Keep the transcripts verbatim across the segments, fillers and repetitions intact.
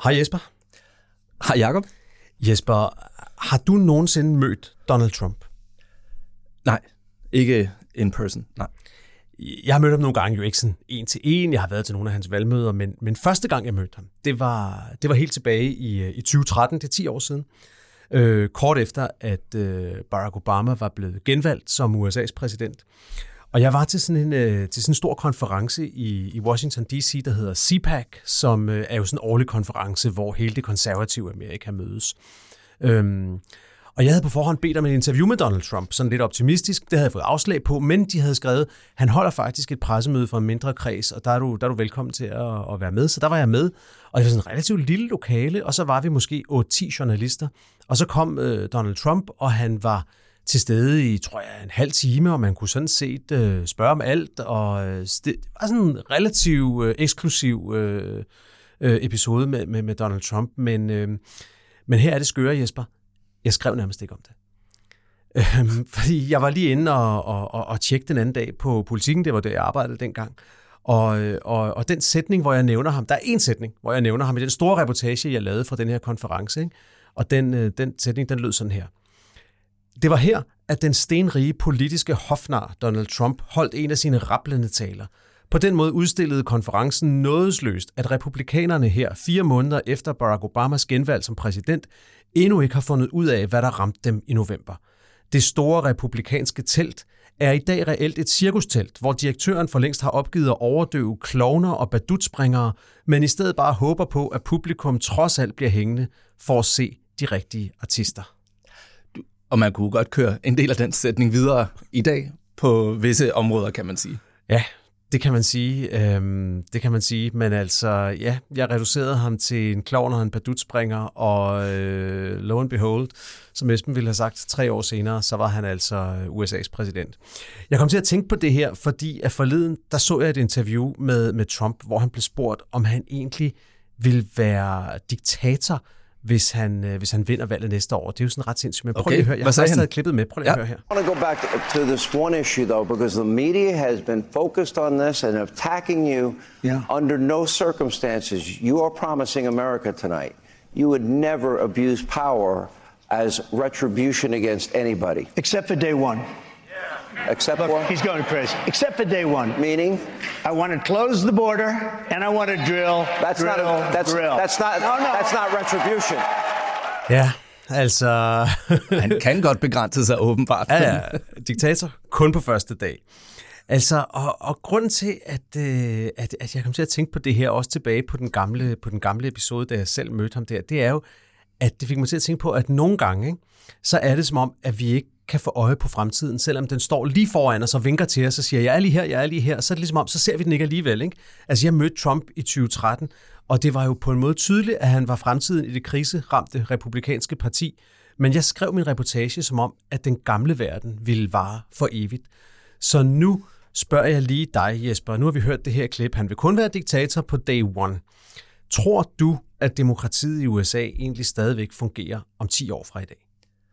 Hej Jesper. Hej Jacob. Jesper, har du nogensinde mødt Donald Trump? Nej, ikke in person, nej. Jeg har mødt ham nogle gange, jo ikke sådan en til en. Jeg har været til nogle af hans valgmøder, men, men første gang jeg mødte ham, det var, det var helt tilbage i, i tyve tretten, det er ti år siden. Øh, kort efter, at øh, Barack Obama var blevet genvalgt som U S A's præsident. Og jeg var til sådan en, øh, til sådan en stor konference i, i Washington D C, der hedder C PAC, som øh, er jo sådan en årlig konference, hvor hele det konservative Amerika mødes. Øhm, og jeg havde på forhånd bedt om et interview med Donald Trump, sådan lidt optimistisk. Det havde jeg fået afslag på, men de havde skrevet, han holder faktisk et pressemøde for en mindre kreds, og der er du, der er du velkommen til at, at være med. Så der var jeg med, og det var sådan en relativt lille lokale, og så var vi måske otte ti journalister. Og så kom øh, Donald Trump, og han var til stede i, tror jeg, en halv time, og man kunne sådan set øh, spørge om alt, og øh, det var sådan en relativt øh, eksklusiv øh, øh, episode med, med, med Donald Trump, men, øh, men her er det skøre, Jesper. Jeg skrev nærmest ikke om det. Øh, fordi jeg var lige inde og, og, og, og tjekke den anden dag på Politikken, det var der, jeg arbejdede dengang, og, og, og den sætning, hvor jeg nævner ham, der er en sætning, hvor jeg nævner ham i den store reportage, jeg lavede fra den her konference, ikke? Og den, øh, den sætning, den lød sådan her. Det var her, at den stenrige politiske hofnar Donald Trump holdt en af sine rablende taler. På den måde udstillede konferencen nådesløst, at republikanerne her fire måneder efter Barack Obamas genvalg som præsident endnu ikke har fundet ud af, hvad der ramte dem i november. Det store republikanske telt er i dag reelt et cirkustelt, hvor direktøren for længst har opgivet at overdøve klovner og badutspringere, men i stedet bare håber på, at publikum trods alt bliver hængende for at se de rigtige artister. Og man kunne godt køre en del af den sætning videre i dag på visse områder, kan man sige. Ja, det kan man sige. Øhm, det kan man sige. Men altså, ja, jeg reducerede ham til en klovn og en badutspringer, og øh, lo and behold, som Esben ville have sagt tre år senere, så var han altså U S A's præsident. Jeg kom til at tænke på det her, fordi at forleden, der så jeg et interview med, med Trump, hvor han blev spurgt, om han egentlig ville være diktator, hvis han, øh, hvis han vinder valget næste år. Det er jo sådan ret sindssygt. Men prøv okay. lige at høre. Jeg har faktisk taget klippet med. Prøv lige at høre her. I want to go back to this one issue, though, because the media has been focused on this and attacking you. Yeah. Under no circumstances, you are promising America tonight, you would never abuse power as retribution against anybody. Except for day one. Except Look, for? he's going crazy. Except for day one. Meaning? I want to close the border, and I want to drill, That's drill, not a, that's, drill. That's not, no, no. that's not retribution. Ja, altså... Han kan godt begrænse sig åbenbart. Ja, ja, diktator kun på første dag. Altså, og, og grunden til, at, øh, at, at jeg kom til at tænke på det her, også tilbage på den gamle, på den gamle episode, da jeg selv mødte ham der, det er jo, at det fik mig til at tænke på, at nogle gange, ikke, så er det som om, at vi ikke kan få øje på fremtiden, selvom den står lige foran os og vinker til os og siger, jeg er lige her, jeg er lige her, så er det ligesom om, så ser vi den ikke alligevel. Ikke? Altså, jeg mødte Trump i tyve tretten, og det var jo på en måde tydeligt, at han var fremtiden i det kriseramte republikanske parti. Men jeg skrev min reportage som om, at den gamle verden ville vare for evigt. Så nu spørger jeg lige dig, Jesper. Nu har vi hørt det her klip. Han vil kun være diktator på day one. Tror du, at demokratiet i U S A egentlig stadigvæk fungerer om ti år fra i dag?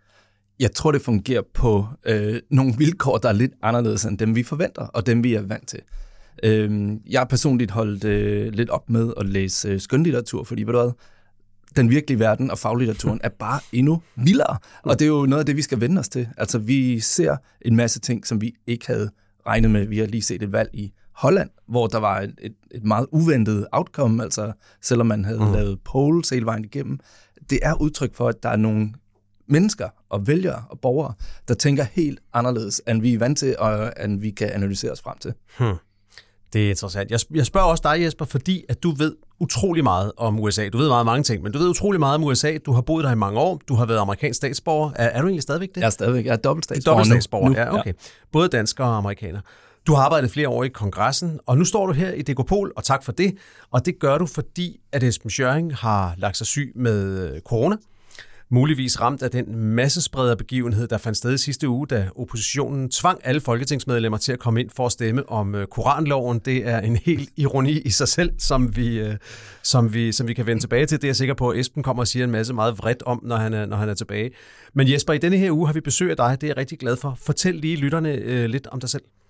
Jeg tror, det fungerer på øh, nogle vilkår, der er lidt anderledes end dem, vi forventer, og dem, vi er vant til. Øh, jeg har personligt holdt øh, lidt op med at læse øh, skønlitteratur, fordi ved du hvad, den virkelige verden og faglitteraturen er bare endnu vildere, og det er jo noget af det, vi skal vende os til. Altså, vi ser en masse ting, som vi ikke havde regnet med. Vi har lige set et valg i Holland, hvor der var et, et, et meget uventet outcome, altså selvom man havde mm. lavet polls hele vejen igennem. Det er udtryk for, at der er nogle mennesker og vælgere og borgere, der tænker helt anderledes, end vi er vant til, og end vi kan analysere os frem til. Hmm. Det er interessant. Jeg, jeg spørger også dig, Jesper, fordi at du ved utrolig meget om U S A. Du ved meget mange ting, men du ved utrolig meget om U S A. Du har boet der i mange år. Du har været amerikansk statsborger. Er, er du egentlig stadigvæk det? Jeg er stadigvæk. Jeg er dobbelt statsborger. Dobbelt statsborger, nu. ja, okay. Både dansker og amerikaner. Du har arbejdet flere år i kongressen, og nu står du her i Dekopol, og tak for det. Og det gør du, fordi at Esben Schøring har lagt sig syg med corona. Muligvis ramt af den massesprederbegivenhed, der fandt sted i sidste uge, da oppositionen tvang alle folketingsmedlemmer til at komme ind for at stemme om koranloven. Det er en helt ironi i sig selv, som vi, som vi, som vi kan vende tilbage til. Det er jeg sikker på, at Esben kommer og siger en masse meget vredt om, når han er, når han er tilbage. Men Jesper, i denne her uge har vi besøg af dig. Det er jeg rigtig glad for. Fortæl lige lytterne øh, lidt om dig selv.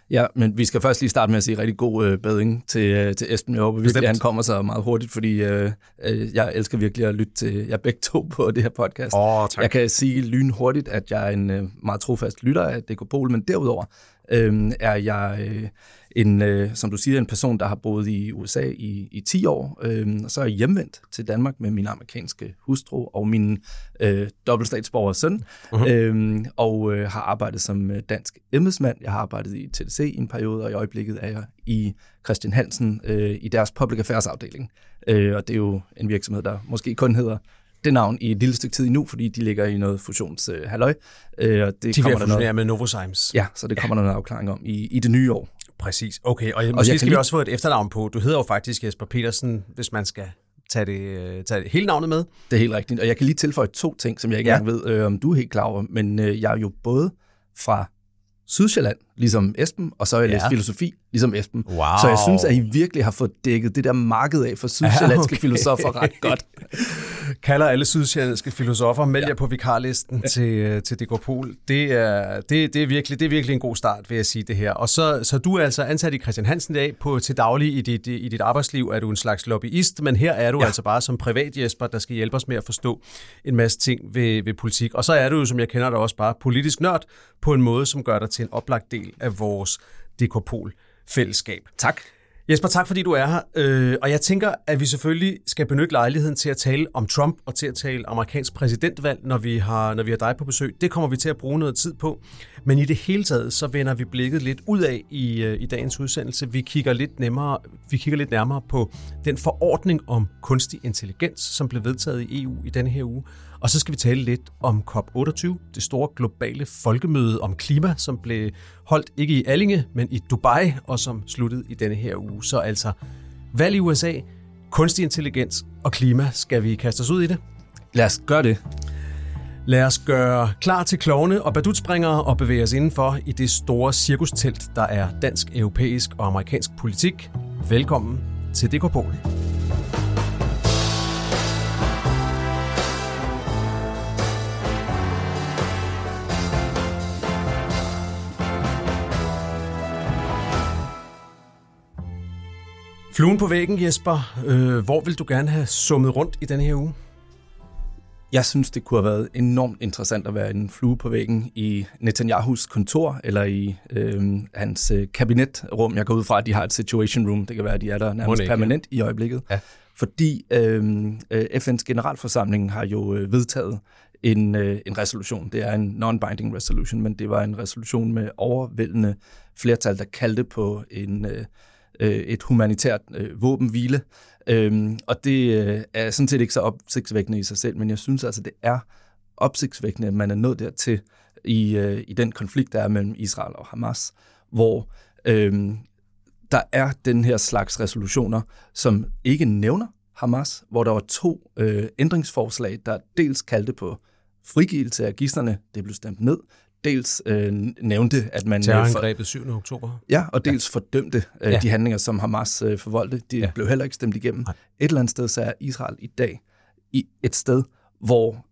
Ja, men vi skal først lige starte med at sige rigtig god øh, bedring til, øh, til Esben. Jeg håber virkelig, at han kommer så meget hurtigt, fordi øh, øh, jeg elsker virkelig at lytte til jer begge to på det her podcast. Åh, tak. Jeg kan sige lynhurtigt, at jeg er en øh, meget trofast lytter af D K Pol, men derudover øh, er jeg øh, en, øh, som du siger, en person, der har boet i U S A i, i ti år, øh, og så er jeg hjemvendt til Danmark med min amerikanske hustru og min øh, dobbeltstatsborger søn, uh-huh. øh, og øh, har arbejdet som dansk embedsmand. Jeg har arbejdet i T D C i en periode, og i øjeblikket er jeg i Christian Hansen øh, i deres Public Affairs afdeling. Øh, og det er jo en virksomhed, der måske kun hedder det navn i et lille stykke tid endnu, fordi de ligger i noget fusionshalløj. Øh, de vil fusionere med Novozymes. Ja, så det kommer ja. der noget afklaring om i, i det nye år. Præcis. Okay, og, og måske skal vi lige... også få et efternavn på. Du hedder jo faktisk Jesper Petersen, hvis man skal tage det, tage det hele navnet med. Det er helt rigtigt. Og jeg kan lige tilføje to ting, som jeg ikke ja. engang ved, øh, om du er helt klar over. Men øh, jeg er jo både fra Sydsjælland, ligesom Esben, og så har jeg ja. læst filosofi, ligesom Esben. Wow. Så jeg synes, at I virkelig har fået dækket det der marked af for sydsjællandske ja, okay. filosofer ret godt. Kalder alle sydsjællandske filosofer, meld jer ja. på vikarlisten ja. til, til D K Pol. Det er, det, det, er virkelig, det er virkelig en god start, vil jeg sige det her. Og så, så du er altså ansat i Christian Hansen i dag, på, til daglig i dit, i dit arbejdsliv er du en slags lobbyist, men her er du ja. altså bare som privat Jesper, der skal hjælpe os med at forstå en masse ting ved, ved politik. Og så er du jo, som jeg kender dig, også bare politisk nørd på en måde, som gør dig til en oplagt del af vores D K Pol-fællesskab. Tak. Jesper, tak fordi du er her. Øh, og jeg tænker, at vi selvfølgelig skal benytte lejligheden til at tale om Trump og til at tale amerikansk præsidentvalg, når vi har, når vi har dig på besøg. Det kommer vi til at bruge noget tid på. Men i det hele taget, så vender vi blikket lidt ud af i, i dagens udsendelse. Vi kigger lidt nemmere, vi kigger lidt nærmere på den forordning om kunstig intelligens, som blev vedtaget i E U i denne her uge. Og så skal vi tale lidt om COP otteogtyve, det store globale folkemøde om klima, som blev holdt ikke i Allinge, men i Dubai, og som sluttede i denne her uge. Så altså valg i U S A, kunstig intelligens og klima. Skal vi kaste os ud i det? Lad os gøre det. Lad os gøre klar til klovne og badutspringere og bevæge os indenfor i det store cirkustelt, der er dansk, europæisk og amerikansk politik. Velkommen til D K Pol. Fluen på væggen, Jesper. Øh, hvor vil du gerne have summet rundt i denne her uge? Jeg synes, det kunne have været enormt interessant at være en flue på væggen i Netanyahus kontor, eller i øh, hans øh, kabinetrum. Jeg går ud fra, at de har et situation room. Det kan være, at de er der nærmest ikke, permanent ja. i øjeblikket. Ja. Fordi øh, F N's generalforsamling har jo øh, vedtaget en, øh, en resolution. Det er en non-binding resolution, men det var en resolution med overvældende flertal, der kaldte på en... Øh, et humanitært øh, våbenhvile, øhm, og det øh, er sådan set ikke så opsigtsvækkende i sig selv, men jeg synes altså, det er opsigtsvækkende, at man er nået dertil i, øh, i den konflikt, der er mellem Israel og Hamas, hvor øh, der er den her slags resolutioner, som ikke nævner Hamas, hvor der var to øh, ændringsforslag, der dels kaldte på frigivelse af gidslerne, det blev stemt ned, dels øh, nævnte, at man... Terrorangrebet syvende oktober. Ja, og dels ja. fordømte øh, ja. de handlinger, som Hamas øh, forvoldte. De ja. blev heller ikke stemt igennem. Nej. Et eller andet sted, så er Israel i dag i et sted, hvor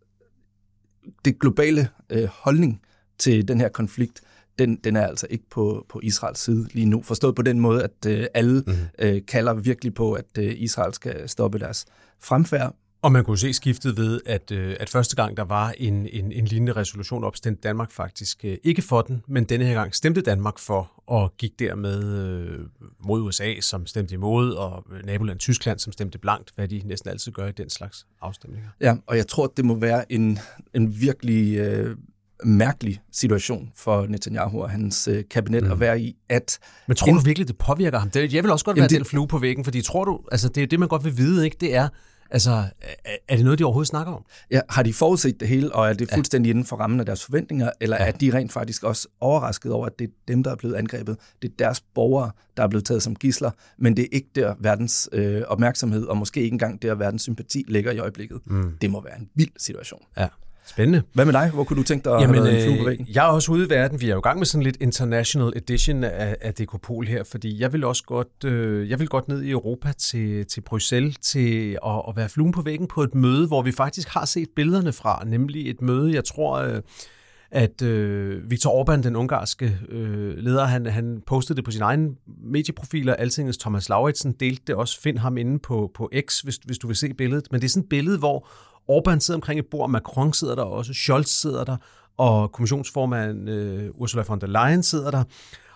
det globale øh, holdning til den her konflikt, den, den er altså ikke på, på Israels side lige nu. Forstået på den måde, at øh, alle mm-hmm. øh, kalder virkelig på, at øh, Israel skal stoppe deres fremfærd. Og man kunne se skiftet ved, at, at første gang, der var en, en, en lignende resolution op, stemte Danmark faktisk ikke for den, men denne her gang stemte Danmark for, og gik dermed øh, mod U S A, som stemte imod, og naboland Tyskland, som stemte blankt, hvad de næsten altid gør i den slags afstemninger. Ja, og jeg tror, det må være en, en virkelig øh, mærkelig situation for Netanyahu og hans øh, kabinet mm. at være i, at... Men tror en... du virkelig, det påvirker ham? Det, jeg vil også godt være det... den flue på væggen, fordi tror du, altså det er det, man godt vil vide, ikke? Det er... Altså, er det noget, de overhovedet snakker om? Ja, har de forudset det hele, og er det fuldstændig ja. inden for rammen af deres forventninger, eller ja. er de rent faktisk også overrasket over, at det er dem, der er blevet angrebet? Det er deres borgere, der er blevet taget som gidsler, men det er ikke der verdens øh, opmærksomhed, og måske ikke engang der verdens sympati ligger i øjeblikket. Mm. Det må være en vild situation. Ja. Spændende. Hvad med dig? Hvor kunne du tænke dig at Jamen, have været en flue på væggen? Jeg er også ude i verden. Vi er jo i gang med sådan lidt international edition af, af D K Pol her, fordi jeg vil også godt, øh, jeg vil godt ned i Europa til, til Bruxelles til at, at være fluen på væggen på et møde, hvor vi faktisk har set billederne fra, nemlig et møde, jeg tror... Øh, at øh, Viktor Orbán, den ungarske øh, leder, han, han postede det på sin egen medieprofiler. Altingets Thomas Lauritsen delte det også. Find ham inde på, på X, hvis, hvis du vil se billedet. Men det er sådan et billede, hvor Orbán sidder omkring et bord, Macron sidder der også, Scholz sidder der, og kommissionsformand øh, Ursula von der Leyen sidder der.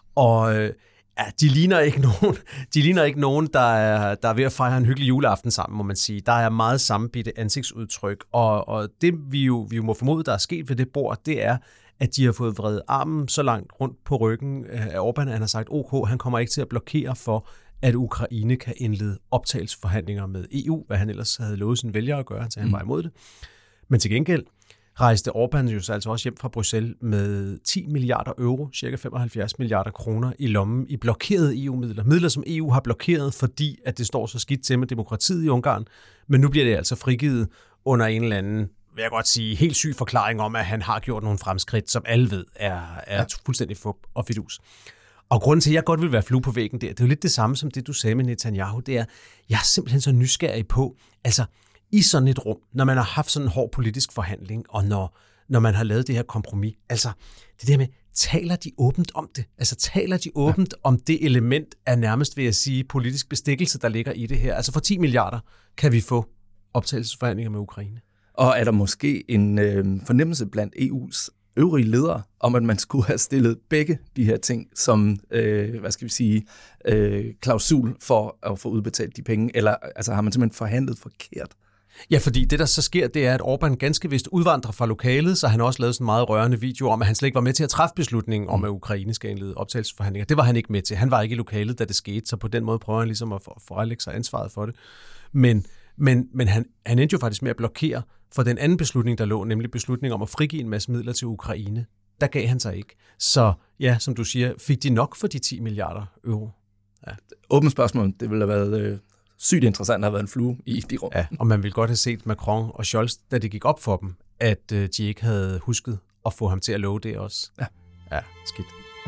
Og øh, ja, de ligner ikke nogen, de ligner ikke nogen der, er, der er ved at fejre en hyggelig juleaften sammen, må man sige. Der er meget sammenbitte ansigtsudtryk, og, og det vi jo, vi jo må formode, der er sket ved det bord, det er, at de har fået vredet armen så langt rundt på ryggen af Orbán, at han har sagt, ok, han kommer ikke til at blokere for, at Ukraine kan indlede optagelsesforhandlinger med E U, hvad han ellers havde lovet sine vælgere at gøre, så han var imod det. Men til gengæld rejste Orbán jo så altså også hjem fra Bruxelles med ti milliarder euro, cirka femoghalvfjerds milliarder kroner i lommen i blokerede E U-midler. Midler, som E U har blokeret, fordi at det står så skidt til med demokratiet i Ungarn. Men nu bliver det altså frigivet under en eller anden, vil jeg godt sige, helt syg forklaring om, at han har gjort nogle fremskridt, som alle ved er, er fuldstændig fup og fidus. Og grunden til, at jeg godt vil være flue på væggen der, det er jo lidt det samme som det, du sagde med Netanyahu, det er, jeg er simpelthen så nysgerrig på, altså i sådan et rum, når man har haft sådan en hård politisk forhandling, og når, når man har lavet det her kompromis, altså det der med, taler de åbent om det? Altså taler de åbent ja. om det element af nærmest, vil jeg sige, politisk bestikkelse, der ligger i det her? Altså for ti milliarder kan vi få optagelsesforhandlinger med Ukraine. Og er der måske en øh, fornemmelse blandt E U's øvrige ledere, om at man skulle have stillet begge de her ting som, øh, hvad skal vi sige, øh, klausul for at få udbetalt de penge, eller altså, har man simpelthen forhandlet forkert? Ja, fordi det, der så sker, det er, at Orbán ganske vist udvandrer fra lokalet, så han også lavet sådan en meget rørende video om, at han slet ikke var med til at træffe beslutningen om, at Ukraine skal indlede optagelsesforhandlinger. Det var han ikke med til. Han var ikke i lokalet, da det skete, så på den måde prøver han ligesom at forelægge sig ansvaret for det. Men, men, men han, han endte jo faktisk med at blokere for den anden beslutning, der lå, nemlig beslutningen om at frigive en masse midler til Ukraine. Der gav han sig ikke. Så ja, som du siger, fik de nok for de ti milliarder euro? Ja. Åbent spørgsmål, det ville have været øh, sygt interessant at have været en flue i de rum. Ja, og man ville godt have set Macron og Scholz, da det gik op for dem, at øh, de ikke havde husket at få ham til at love det også. Ja, ja skidt.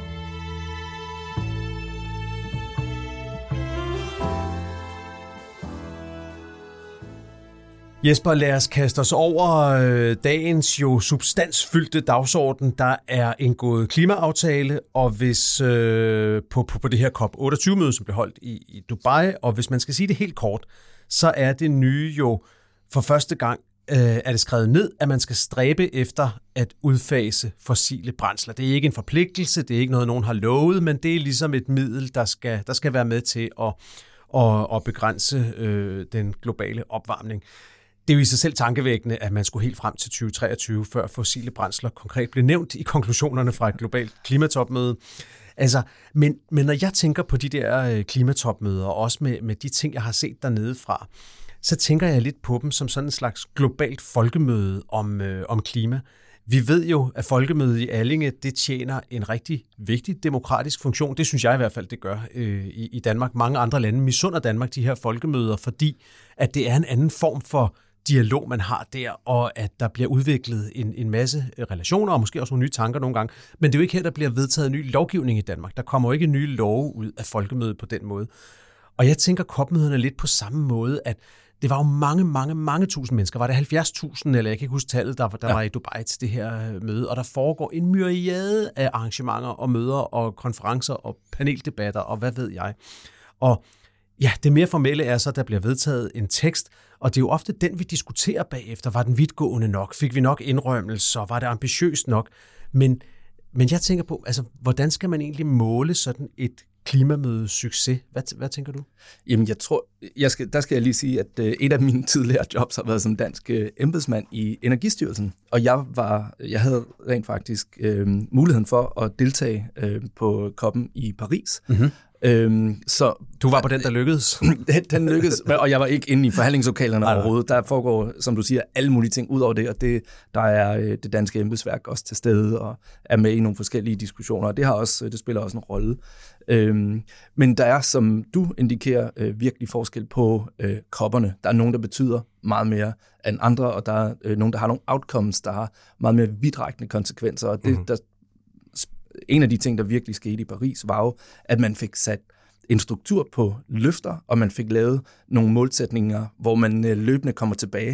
Jesper, lad os kaste os over øh, dagens jo substansfyldte dagsorden. Der er indgået klimaaftale, og hvis øh, på, på, på det her COP otteogtyve-møde, som blev holdt i, i Dubai, og hvis man skal sige det helt kort, så er det nye jo for første gang, øh, er det skrevet ned, at man skal stræbe efter at udfase fossile brændsler. Det er ikke en forpligtelse, det er ikke noget, nogen har lovet, men det er ligesom et middel, der skal, der skal være med til at, at, at begrænse øh, den globale opvarmning. Det er jo i sig selv tankevækkende, at man skulle helt frem til tyve treogtyve, før fossile brændsler konkret blev nævnt i konklusionerne fra et globalt klimatopmøde. Altså, men, men når jeg tænker på de der klimatopmøder, og også med, med de ting, jeg har set dernede fra, så tænker jeg lidt på dem som sådan en slags globalt folkemøde om, øh, om klima. Vi ved jo, at folkemødet i Allinge, det tjener en rigtig vigtig demokratisk funktion. Det synes jeg i hvert fald, det gør øh, i, i Danmark. Mange andre lande misunder Danmark de her folkemøder, fordi at det er en anden form for dialog, man har der, og at der bliver udviklet en, en masse relationer, og måske også nogle nye tanker nogle gange. Men det er jo ikke her, der bliver vedtaget ny lovgivning i Danmark. Der kommer jo ikke nye love ud af folkemødet på den måde. Og jeg tænker COP-møderne lidt på samme måde, at det var jo mange, mange, mange tusind mennesker. Var det halvfjerds tusind, eller jeg kan ikke huske tallet, der, der ja. var i Dubai til det her møde. Og der foregår en myriade af arrangementer og møder og konferencer og paneldebatter og hvad ved jeg. Og ja, det mere formelle er så, at der bliver vedtaget en tekst, og det er jo ofte den, vi diskuterer bagefter. Var den vidtgående nok? Fik vi nok indrømmelser? Var det ambitiøst nok? Men, men jeg tænker på, altså, hvordan skal man egentlig måle sådan et klimamødes succes? Hvad, hvad tænker du? Jamen, jeg tror, jeg skal, der skal jeg lige sige, at øh, et af mine tidligere jobs har været som dansk øh, embedsmand i Energistyrelsen, og jeg var, jeg havde rent faktisk øh, muligheden for at deltage øh, på COP'en i Paris. Mm-hmm. Øhm, så du var på den, der lykkedes? den, den lykkedes, og jeg var ikke inde i forhandlingslokalerne overhovedet. Der foregår, som du siger, alle mulige ting ud over det, og det, der er øh, det danske embedsværk også til stede og er med i nogle forskellige diskussioner, og det, har også, det spiller også en rolle. Øhm, men der er, som du indikerer, øh, virkelig forskel på øh, COP'erne. Der er nogen, der betyder meget mere end andre, og der er øh, nogen, der har nogle outcomes, der har meget mere vidtrækkende konsekvenser, og det, mm-hmm. der en af de ting, der virkelig skete i Paris, var jo, at man fik sat en struktur på løfter, og man fik lavet nogle målsætninger, hvor man løbende kommer tilbage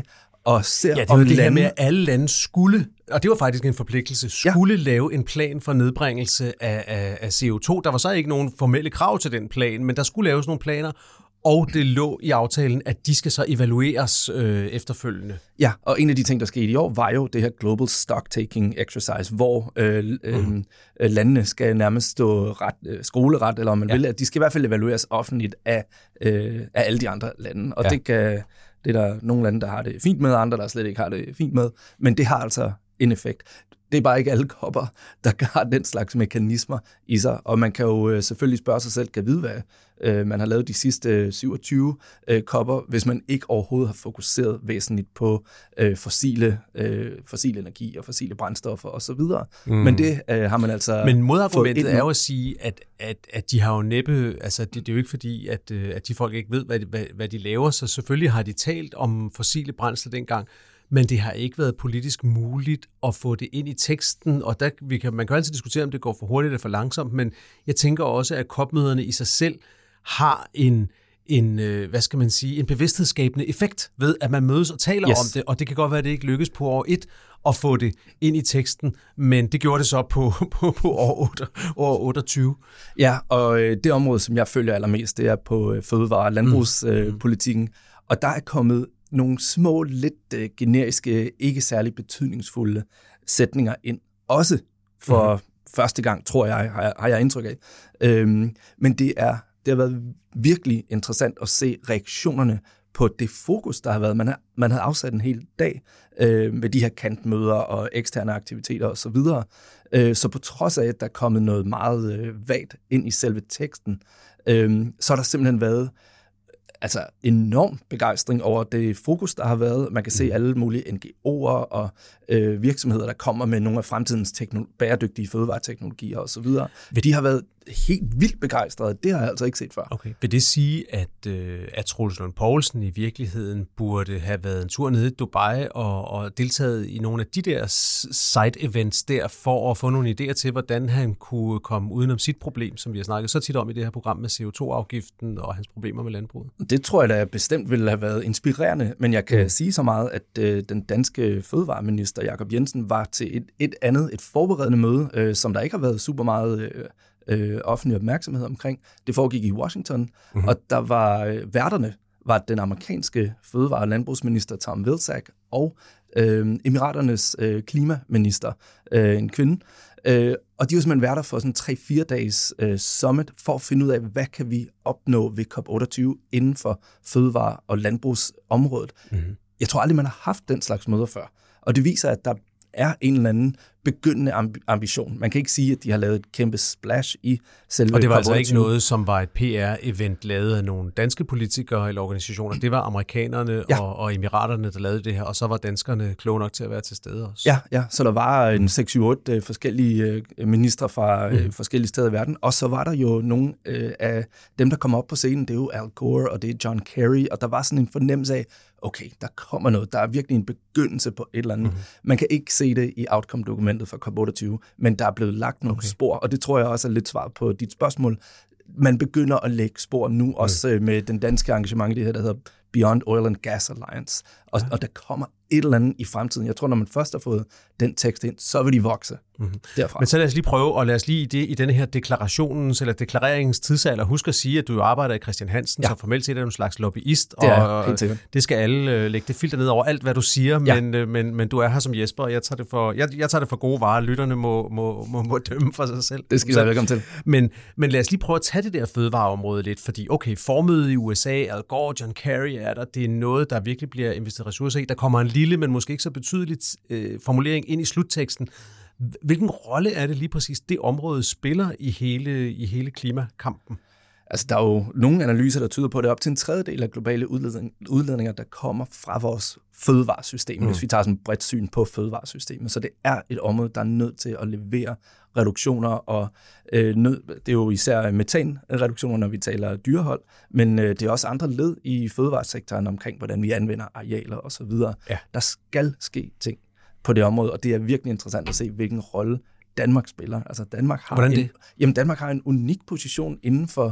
og ser Ja, det om var det lande... her med, at alle lande skulle, og det var faktisk en forpligtelse, skulle ja. lave en plan for nedbringelse af, af, af C O to. Der var så ikke nogen formelle krav til den plan, men der skulle laves nogle planer, og det lå i aftalen, at de skal så evalueres øh, efterfølgende. Ja, og en af de ting, der skete i år, var jo det her Global Stocktaking Exercise, hvor øh, øh, mm. landene skal nærmest stå ret, øh, skoleret, eller om man ja. vil, at de skal i hvert fald evalueres offentligt af, øh, af alle de andre lande. Og ja. det, kan, det er der nogle lande, der har det fint med, andre, der slet ikke har det fint med, men det har altså en effekt. Det er bare ikke alle kopper, der har den slags mekanismer i sig, og man kan jo øh, selvfølgelig spørge sig selv, kan vide, hvad øh, man har lavet de sidste øh, syvogtyve øh, kopper, hvis man ikke overhovedet har fokuseret væsentligt på øh, fossile, øh, fossile energi og fossile brændstoffer osv. Mm. Men det øh, har man altså... Men modargumentet er jo at sige, at, at, at de har jo næppe... Altså, det, det er jo ikke fordi, at, at de folk ikke ved, hvad de, hvad, hvad de laver, så selvfølgelig har de talt om fossile brændsler dengang, men det har ikke været politisk muligt at få det ind i teksten, og der, vi kan, man kan altid diskutere, om det går for hurtigt eller for langsomt, men jeg tænker også, at C O P-møderne i sig selv har en, en, hvad skal man sige, en bevidsthedsskabende effekt ved, at man mødes og taler yes. om det, og det kan godt være, at det ikke lykkes på år et at få det ind i teksten, men det gjorde det så på, på, på år, otte, år otteogtyve. Ja, og det område, som jeg følger allermest, det er på fødevare- og landbrugspolitikken, mm. og der er kommet nogle små, lidt øh, generiske, ikke særlig betydningsfulde sætninger ind. Også for mm-hmm. første gang, tror jeg, har jeg, har jeg indtryk af. Øhm, men det, er, det har været virkelig interessant at se reaktionerne på det fokus, der har været. Man har, man har afsat en hel dag øh, med de her kantmøder og eksterne aktiviteter osv. Så, øh, så på trods af, at der er kommet noget meget øh, vagt ind i selve teksten, øh, så har der simpelthen været altså enorm begejstring over det fokus, der har været. Man kan se alle mulige N G O'er og øh, virksomheder, der kommer med nogle af fremtidens teknolo- bæredygtige fødevareteknologier osv. De har været helt vildt begejstrede. Det har jeg altså ikke set før. Okay. Vil det sige, at, øh, at Troels Lund Poulsen i virkeligheden burde have været en tur nede i Dubai og, og deltaget i nogle af de der side-events der, for at få nogle idéer til, hvordan han kunne komme udenom sit problem, som vi har snakket så tit om i det her program med C O to afgiften og hans problemer med landbruget? Det tror jeg da bestemt ville have været inspirerende, men jeg kan mm. sige så meget, at øh, den danske fødevareminister Jakob Jensen var til et, et andet, et forberedende møde, øh, som der ikke har været super meget øh, øh, offentlig opmærksomhed omkring. Det foregik i Washington, mm-hmm. og der var øh, værterne var den amerikanske fødevare- og landbrugsminister Tom Vilsack og øh, Emiraternes øh, klimaminister, øh, en kvinde. Øh, og de var simpelthen værter for sådan en tre-fire dages øh, summit for at finde ud af, hvad kan vi opnå ved C O P otteogtyve inden for fødevare- og landbrugsområdet. Mm-hmm. Jeg tror aldrig, man har haft den slags møder før. Og det viser, at der er en eller anden begyndende ambition. Man kan ikke sige, at de har lavet et kæmpe splash i selve. Og det var altså ikke noget, som var et P R-event lavet af nogle danske politikere eller organisationer. Det var amerikanerne ja. og, og emiraterne, der lavede det her, og så var danskerne kloge nok til at være til stede også. Ja, ja. Så der var en seks syv otte forskellige ministre fra mm. forskellige steder i verden, og så var der jo nogle øh, af dem, der kom op på scenen. Det er jo Al Gore, og det er John Kerry, og der var sådan en fornemmelse af, okay, der kommer noget. Der er virkelig en begyndelse på et eller andet. Mm. Man kan ikke se det i outcome-dokumentet fra C O P otteogtyve, men der er blevet lagt nogle okay. spor, og det tror jeg også er lidt svar på dit spørgsmål. Man begynder at lægge spor nu, mm. også med den danske engagement i det her, der hedder Beyond Oil and Gas Alliance. Og, ja. og der kommer et eller andet i fremtiden. Jeg tror, når man først har fået den tekst ind, så vil de vokse mm-hmm. derfra. Men så lad os lige prøve, og lad os lige i, det, i denne her deklarationens eller deklareringens tidsalder, husk at sige, at du arbejder i Christian Hansen, ja. så formelt set er du en slags lobbyist, det er, og det skal alle uh, lægge det filter ned over alt, hvad du siger, ja. men, uh, men, men du er her som Jesper, og jeg tager det for, jeg, jeg tager det for gode varer. Lytterne må, må, må, må dømme for sig selv. Det skal I være velkommen til. Men, men lad os lige prøve at tage det der fødevareområde lidt, fordi okay, formødet i U S A, Al Gore, John Kerry er der, det er noget, der virkelig bliver investeret ressourcer i. Der kommer en lille, men måske ikke så betydeligt øh, formulering ind i slutteksten. Hvilken rolle er det lige præcis, det område spiller i hele, i hele klimakampen? Altså, der er jo nogle analyser, der tyder på, at det er op til en tredjedel af globale udledninger, der kommer fra vores fødevaresystem, mm. hvis vi tager sådan et bredt syn på fødevaresystemet. Så det er et område, der er nødt til at levere reduktioner, og øh, nød, det er jo især metanreduktioner, når vi taler dyrehold, men øh, det er også andre led i fødevaresektoren omkring, hvordan vi anvender arealer osv. Ja. Der skal ske ting på det område, og det er virkelig interessant at se, hvilken rolle Danmark spiller. Altså Danmark har Hvordan det? En, jamen Danmark har en unik position inden for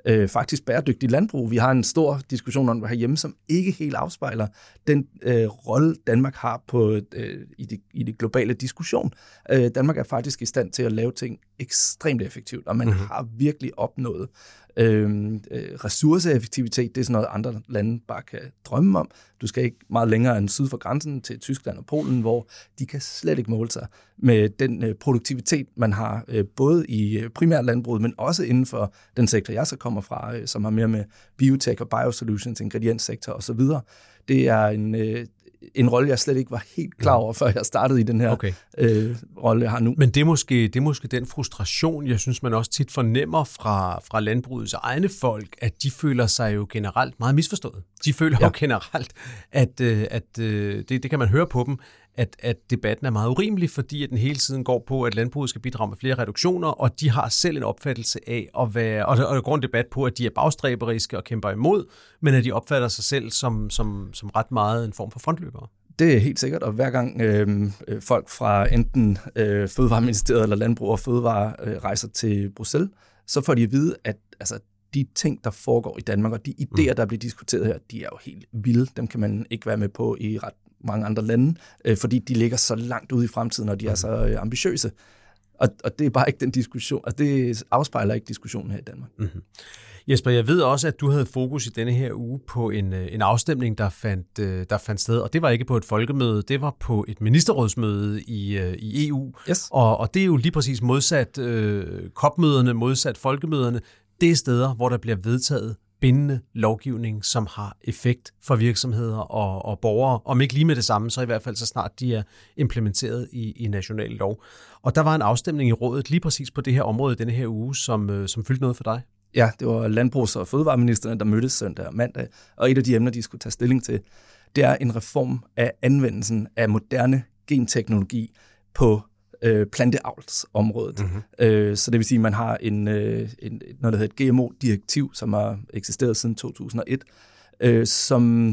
øh, faktisk bæredygtigt landbrug. Vi har en stor diskussion om det herhjemme, som ikke helt afspejler den øh, rolle, Danmark har på, øh, i, det, i det globale diskussion. Øh, Danmark er faktisk i stand til at lave ting ekstremt effektivt, og man mm-hmm. har virkelig opnået Øhm, øh, ressourceeffektivitet, det er sådan noget, andre lande bare kan drømme om. Du skal ikke meget længere end syd for grænsen til Tyskland og Polen, hvor de kan slet ikke måle sig med den øh, produktivitet, man har øh, både i øh, primært landbruget, men også inden for den sektor, jeg så kommer fra, øh, som har mere med biotech og biosolutions, ingredienssektor osv. Det er en øh, en rolle, jeg slet ikke var helt klar over, før jeg startede i den her okay. øh, rolle, jeg har nu. Men det er, måske, det er måske den frustration, jeg synes, man også tit fornemmer fra, fra landbrugets egne folk, at de føler sig jo generelt meget misforstået. De føler ja. jo generelt, at, at det, det kan man høre på dem, at, at debatten er meget urimelig, fordi at den hele tiden går på, at landbruget skal bidrage med flere reduktioner, og de har selv en opfattelse af at være, og der, og der går en debat på, at de er bagstræberiske og kæmper imod, men at de opfatter sig selv som, som, som ret meget en form for frontløbere. Det er helt sikkert, og hver gang øh, folk fra enten øh, Fødevareministeriet eller Landbrug og Fødevare øh, rejser til Bruxelles, så får de at vide, at altså, de ting, der foregår i Danmark, og de idéer, der bliver diskuteret her, de er jo helt vilde. Dem kan man ikke være med på i ret mange andre lande, øh, fordi de ligger så langt ude i fremtiden, og de er så øh, ambitiøse. Og, og det er bare ikke den diskussion, altså det afspejler ikke diskussionen her i Danmark. Mm-hmm. Jesper, jeg ved også, at du havde fokus i denne her uge på en, en afstemning, der fandt, der fandt sted, og det var ikke på et folkemøde, det var på et ministerrådsmøde i, i E U, yes. og, og det er jo lige præcis modsat øh, C O P-møderne, modsat folkemøderne, det er steder, hvor der bliver vedtaget bindende lovgivning, som har effekt for virksomheder og, og borgere. Om ikke lige med det samme, så i hvert fald så snart de er implementeret i, i national lov. Og der var en afstemning i rådet lige præcis på det her område denne her uge, som, som fyldte noget for dig. Ja, det var landbrugs- og fødevareministerne, der mødtes søndag og mandag, og et af de emner, de skulle tage stilling til, det er en reform af anvendelsen af moderne genteknologi på øh, planteavlsområdet. Mm-hmm. Øh, så det vil sige, at man har en, øh, en, noget, der hedder et G M O-direktiv, som har eksisteret siden to tusind og et, øh, som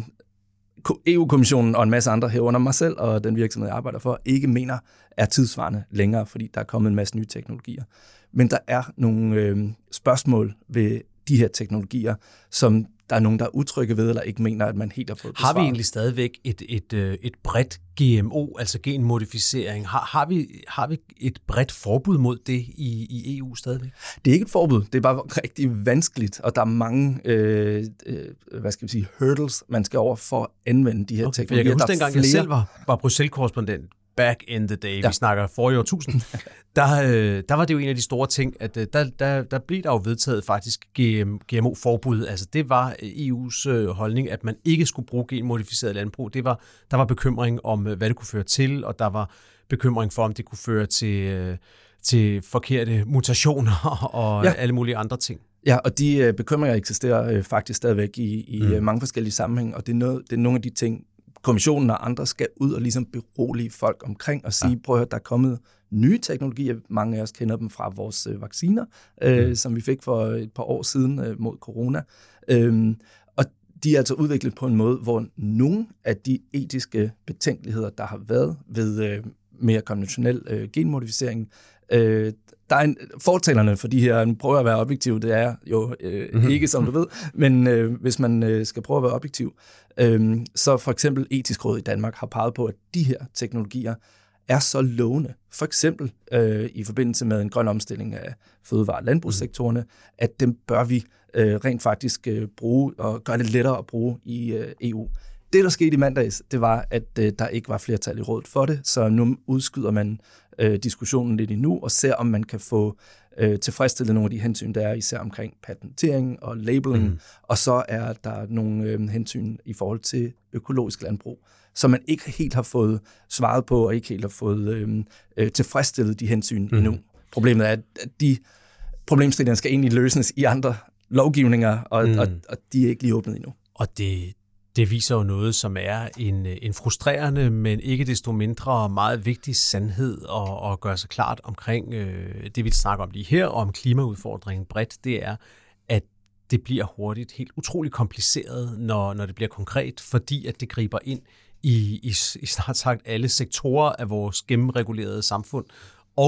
E U-kommissionen og en masse andre herunder mig selv og den virksomhed, jeg arbejder for, ikke mener er tidsvarende længere, fordi der er kommet en masse nye teknologier. Men der er nogle øh, spørgsmål ved de her teknologier, som der er nogen, der er utrygge ved, eller ikke mener, at man helt har fået besvaret. Har vi egentlig stadigvæk et, et, et bredt G M O, altså genmodificering? Har, har, vi, har vi et bredt forbud mod det i, i E U stadigvæk? Det er ikke et forbud, det er bare rigtig vanskeligt, og der er mange øh, øh, hvad skal vi sige, hurdles, man skal over for at anvende de her okay, teknologier. Jeg kan huske, dengang flere... jeg selv var, var Bruxelles-korrespondent, back in the day, ja. Vi snakker forrige årtusind, der, øh, der var det jo en af de store ting, at øh, der, der, der blev der jo vedtaget faktisk G M O-forbud. Altså det var E U's øh, holdning, at man ikke skulle bruge genmodificeret landbrug. Det var, der var bekymring om, hvad det kunne føre til, og der var bekymring for, om det kunne føre til, øh, til forkerte mutationer og ja. alle mulige andre ting. Ja, og de øh, bekymringer eksisterer øh, faktisk stadigvæk i, i mm. mange forskellige sammenhæng, og det er, noget, det er nogle af de ting, kommissionen og andre skal ud og ligesom berolige folk omkring og sige, ja. prøv at høre, der er kommet nye teknologier. Mange af os kender dem fra vores øh, vacciner, øh, mm. som vi fik for et par år siden øh, mod corona. Øhm, og de er altså udviklet på en måde, hvor nogle af de etiske betænkeligheder, der har været ved øh, mere konventionel øh, genmodificering, øh, der er en, fortalerne for de her, prøver at være objektiv, det er jo øh, mm-hmm. ikke, som du ved, men øh, hvis man øh, skal prøve at være objektiv, øh, så for eksempel Etisk Råd i Danmark har peget på, at de her teknologier er så lovende, for eksempel øh, i forbindelse med en grøn omstilling af fødevare- og landbrugssektorerne, mm. at dem bør vi øh, rent faktisk øh, bruge og gøre det lettere at bruge i øh, E U. Det, der skete i mandags, det var, at øh, der ikke var flertal i rådet for det, så nu udskyder man øh, diskussionen lidt endnu, og ser, om man kan få øh, tilfredsstillet nogle af de hensyn, der er især omkring patentering og labeling, mm. og så er der nogle øh, hensyn i forhold til økologisk landbrug, som man ikke helt har fået svaret på, og ikke helt har fået øh, øh, tilfredsstillet de hensyn mm. endnu. Problemet er, at de problemstillinger skal egentlig løses i andre lovgivninger, og, mm. og, og de er ikke lige åbnet endnu. Og det Det viser jo noget, som er en, en frustrerende, men ikke desto mindre meget vigtig sandhed at, at gøre sig klart omkring øh, det, vi snakker om lige her, og om klimaudfordringen bredt, det er, at det bliver hurtigt helt utroligt kompliceret, når, når det bliver konkret, fordi at det griber ind i, i, i snart sagt alle sektorer af vores gennemregulerede samfund, og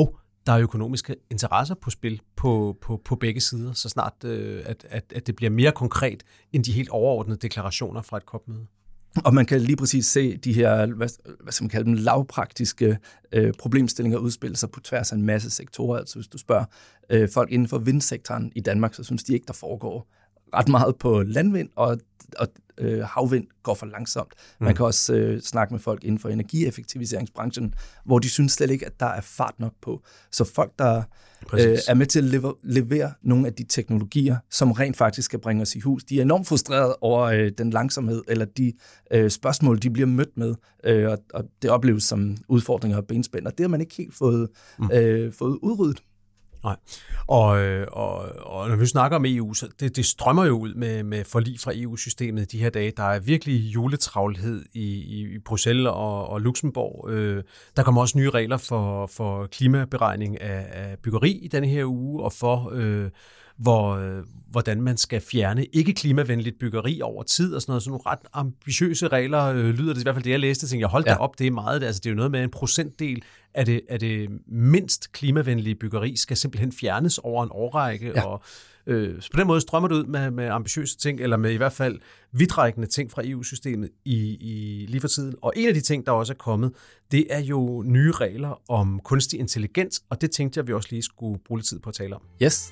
der er økonomiske interesser på spil på, på, på begge sider, så snart øh, at, at, at det bliver mere konkret end de helt overordnede deklarationer fra et C O P-møde. Og man kan lige præcis se de her, hvad, hvad skal man kalde dem, lavpraktiske øh, problemstillinger udspille sig på tværs af en masse sektorer. Altså hvis du spørger øh, folk inden for vindsektoren i Danmark, så synes de ikke, der foregår ret meget på landvind, og, og øh, havvind går for langsomt. Man mm. kan også øh, snakke med folk inden for energieffektiviseringsbranchen, hvor de synes slet ikke, at der er fart nok på. Så folk, der øh, er med til at levere, levere nogle af de teknologier, som rent faktisk skal bringe os i hus, de er enormt frustrerede over øh, den langsomhed, eller de øh, spørgsmål, de bliver mødt med, øh, og, og det opleves som udfordringer og benspænd, og det har man ikke helt fået, mm. øh, fået udryddet. Nej, og, og, og når vi snakker om E U, så det, det strømmer jo ud med, med forlig fra E U-systemet de her dage. Der er virkelig juletravlhed i, i Bruxelles og, og Luxembourg. Øh, der kommer også nye regler for, for klimaberegning af, af byggeri i denne her uge, og for øh, hvor, øh, hvordan man skal fjerne ikke-klimavenligt byggeri over tid og sådan noget. Sådan nogle ret ambitiøse regler øh, lyder det i hvert fald det, jeg læste. Jeg tænkte, jeg holdt ja. da op, det er meget. Altså, det er jo noget med en procentdel af det, af det mindst klimavenlige byggeri skal simpelthen fjernes over en årrække. Ja. Og øh, så på den måde strømmer det ud med, med ambitiøse ting, eller med i hvert fald vidtrækkende ting fra E U-systemet i, i lige for tiden. Og en af de ting, der også er kommet, det er jo nye regler om kunstig intelligens, og det tænkte jeg, vi også lige skulle bruge lidt tid på at tale om. Yes.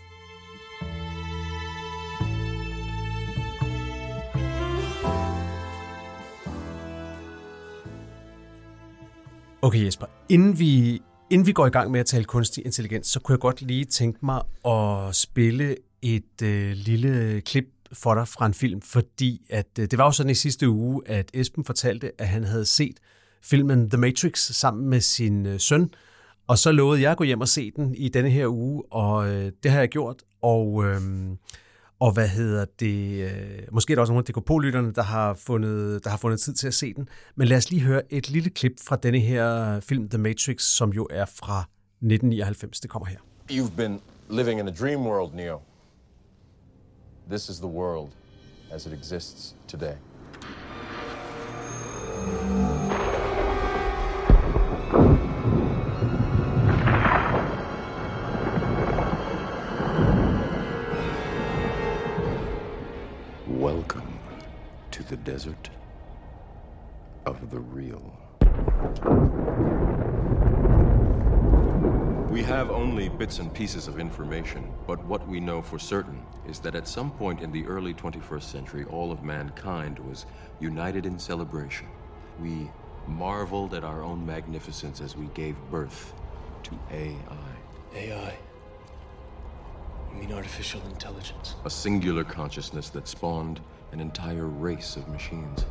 Okay Jesper, inden vi, inden vi går i gang med at tale kunstig intelligens, så kunne jeg godt lige tænke mig at spille et øh, lille klip for dig fra en film, fordi at, øh, det var jo sådan i sidste uge, at Esben fortalte, at han havde set filmen The Matrix sammen med sin øh, søn, og så lovede jeg at gå hjem og se den i denne her uge, og øh, det har jeg gjort, og... Øh, Og hvad hedder det? Måske er der også nogle af D K P-lytterne, der har fundet, der har fundet tid til at se den. Men lad os lige høre et lille klip fra denne her film, The Matrix, som jo er fra nitten nioghalvfems. Det kommer her. You've been living in a dream world, Neo. This is the world as it exists today. Welcome to the desert of the real. We have only bits and pieces of information, but what we know for certain is that at some point in the early twenty-first century, all of mankind was united in celebration. We marveled at our own magnificence as we gave birth to A I. A I? You mean artificial intelligence? A singular consciousness that spawned an entire race of machines.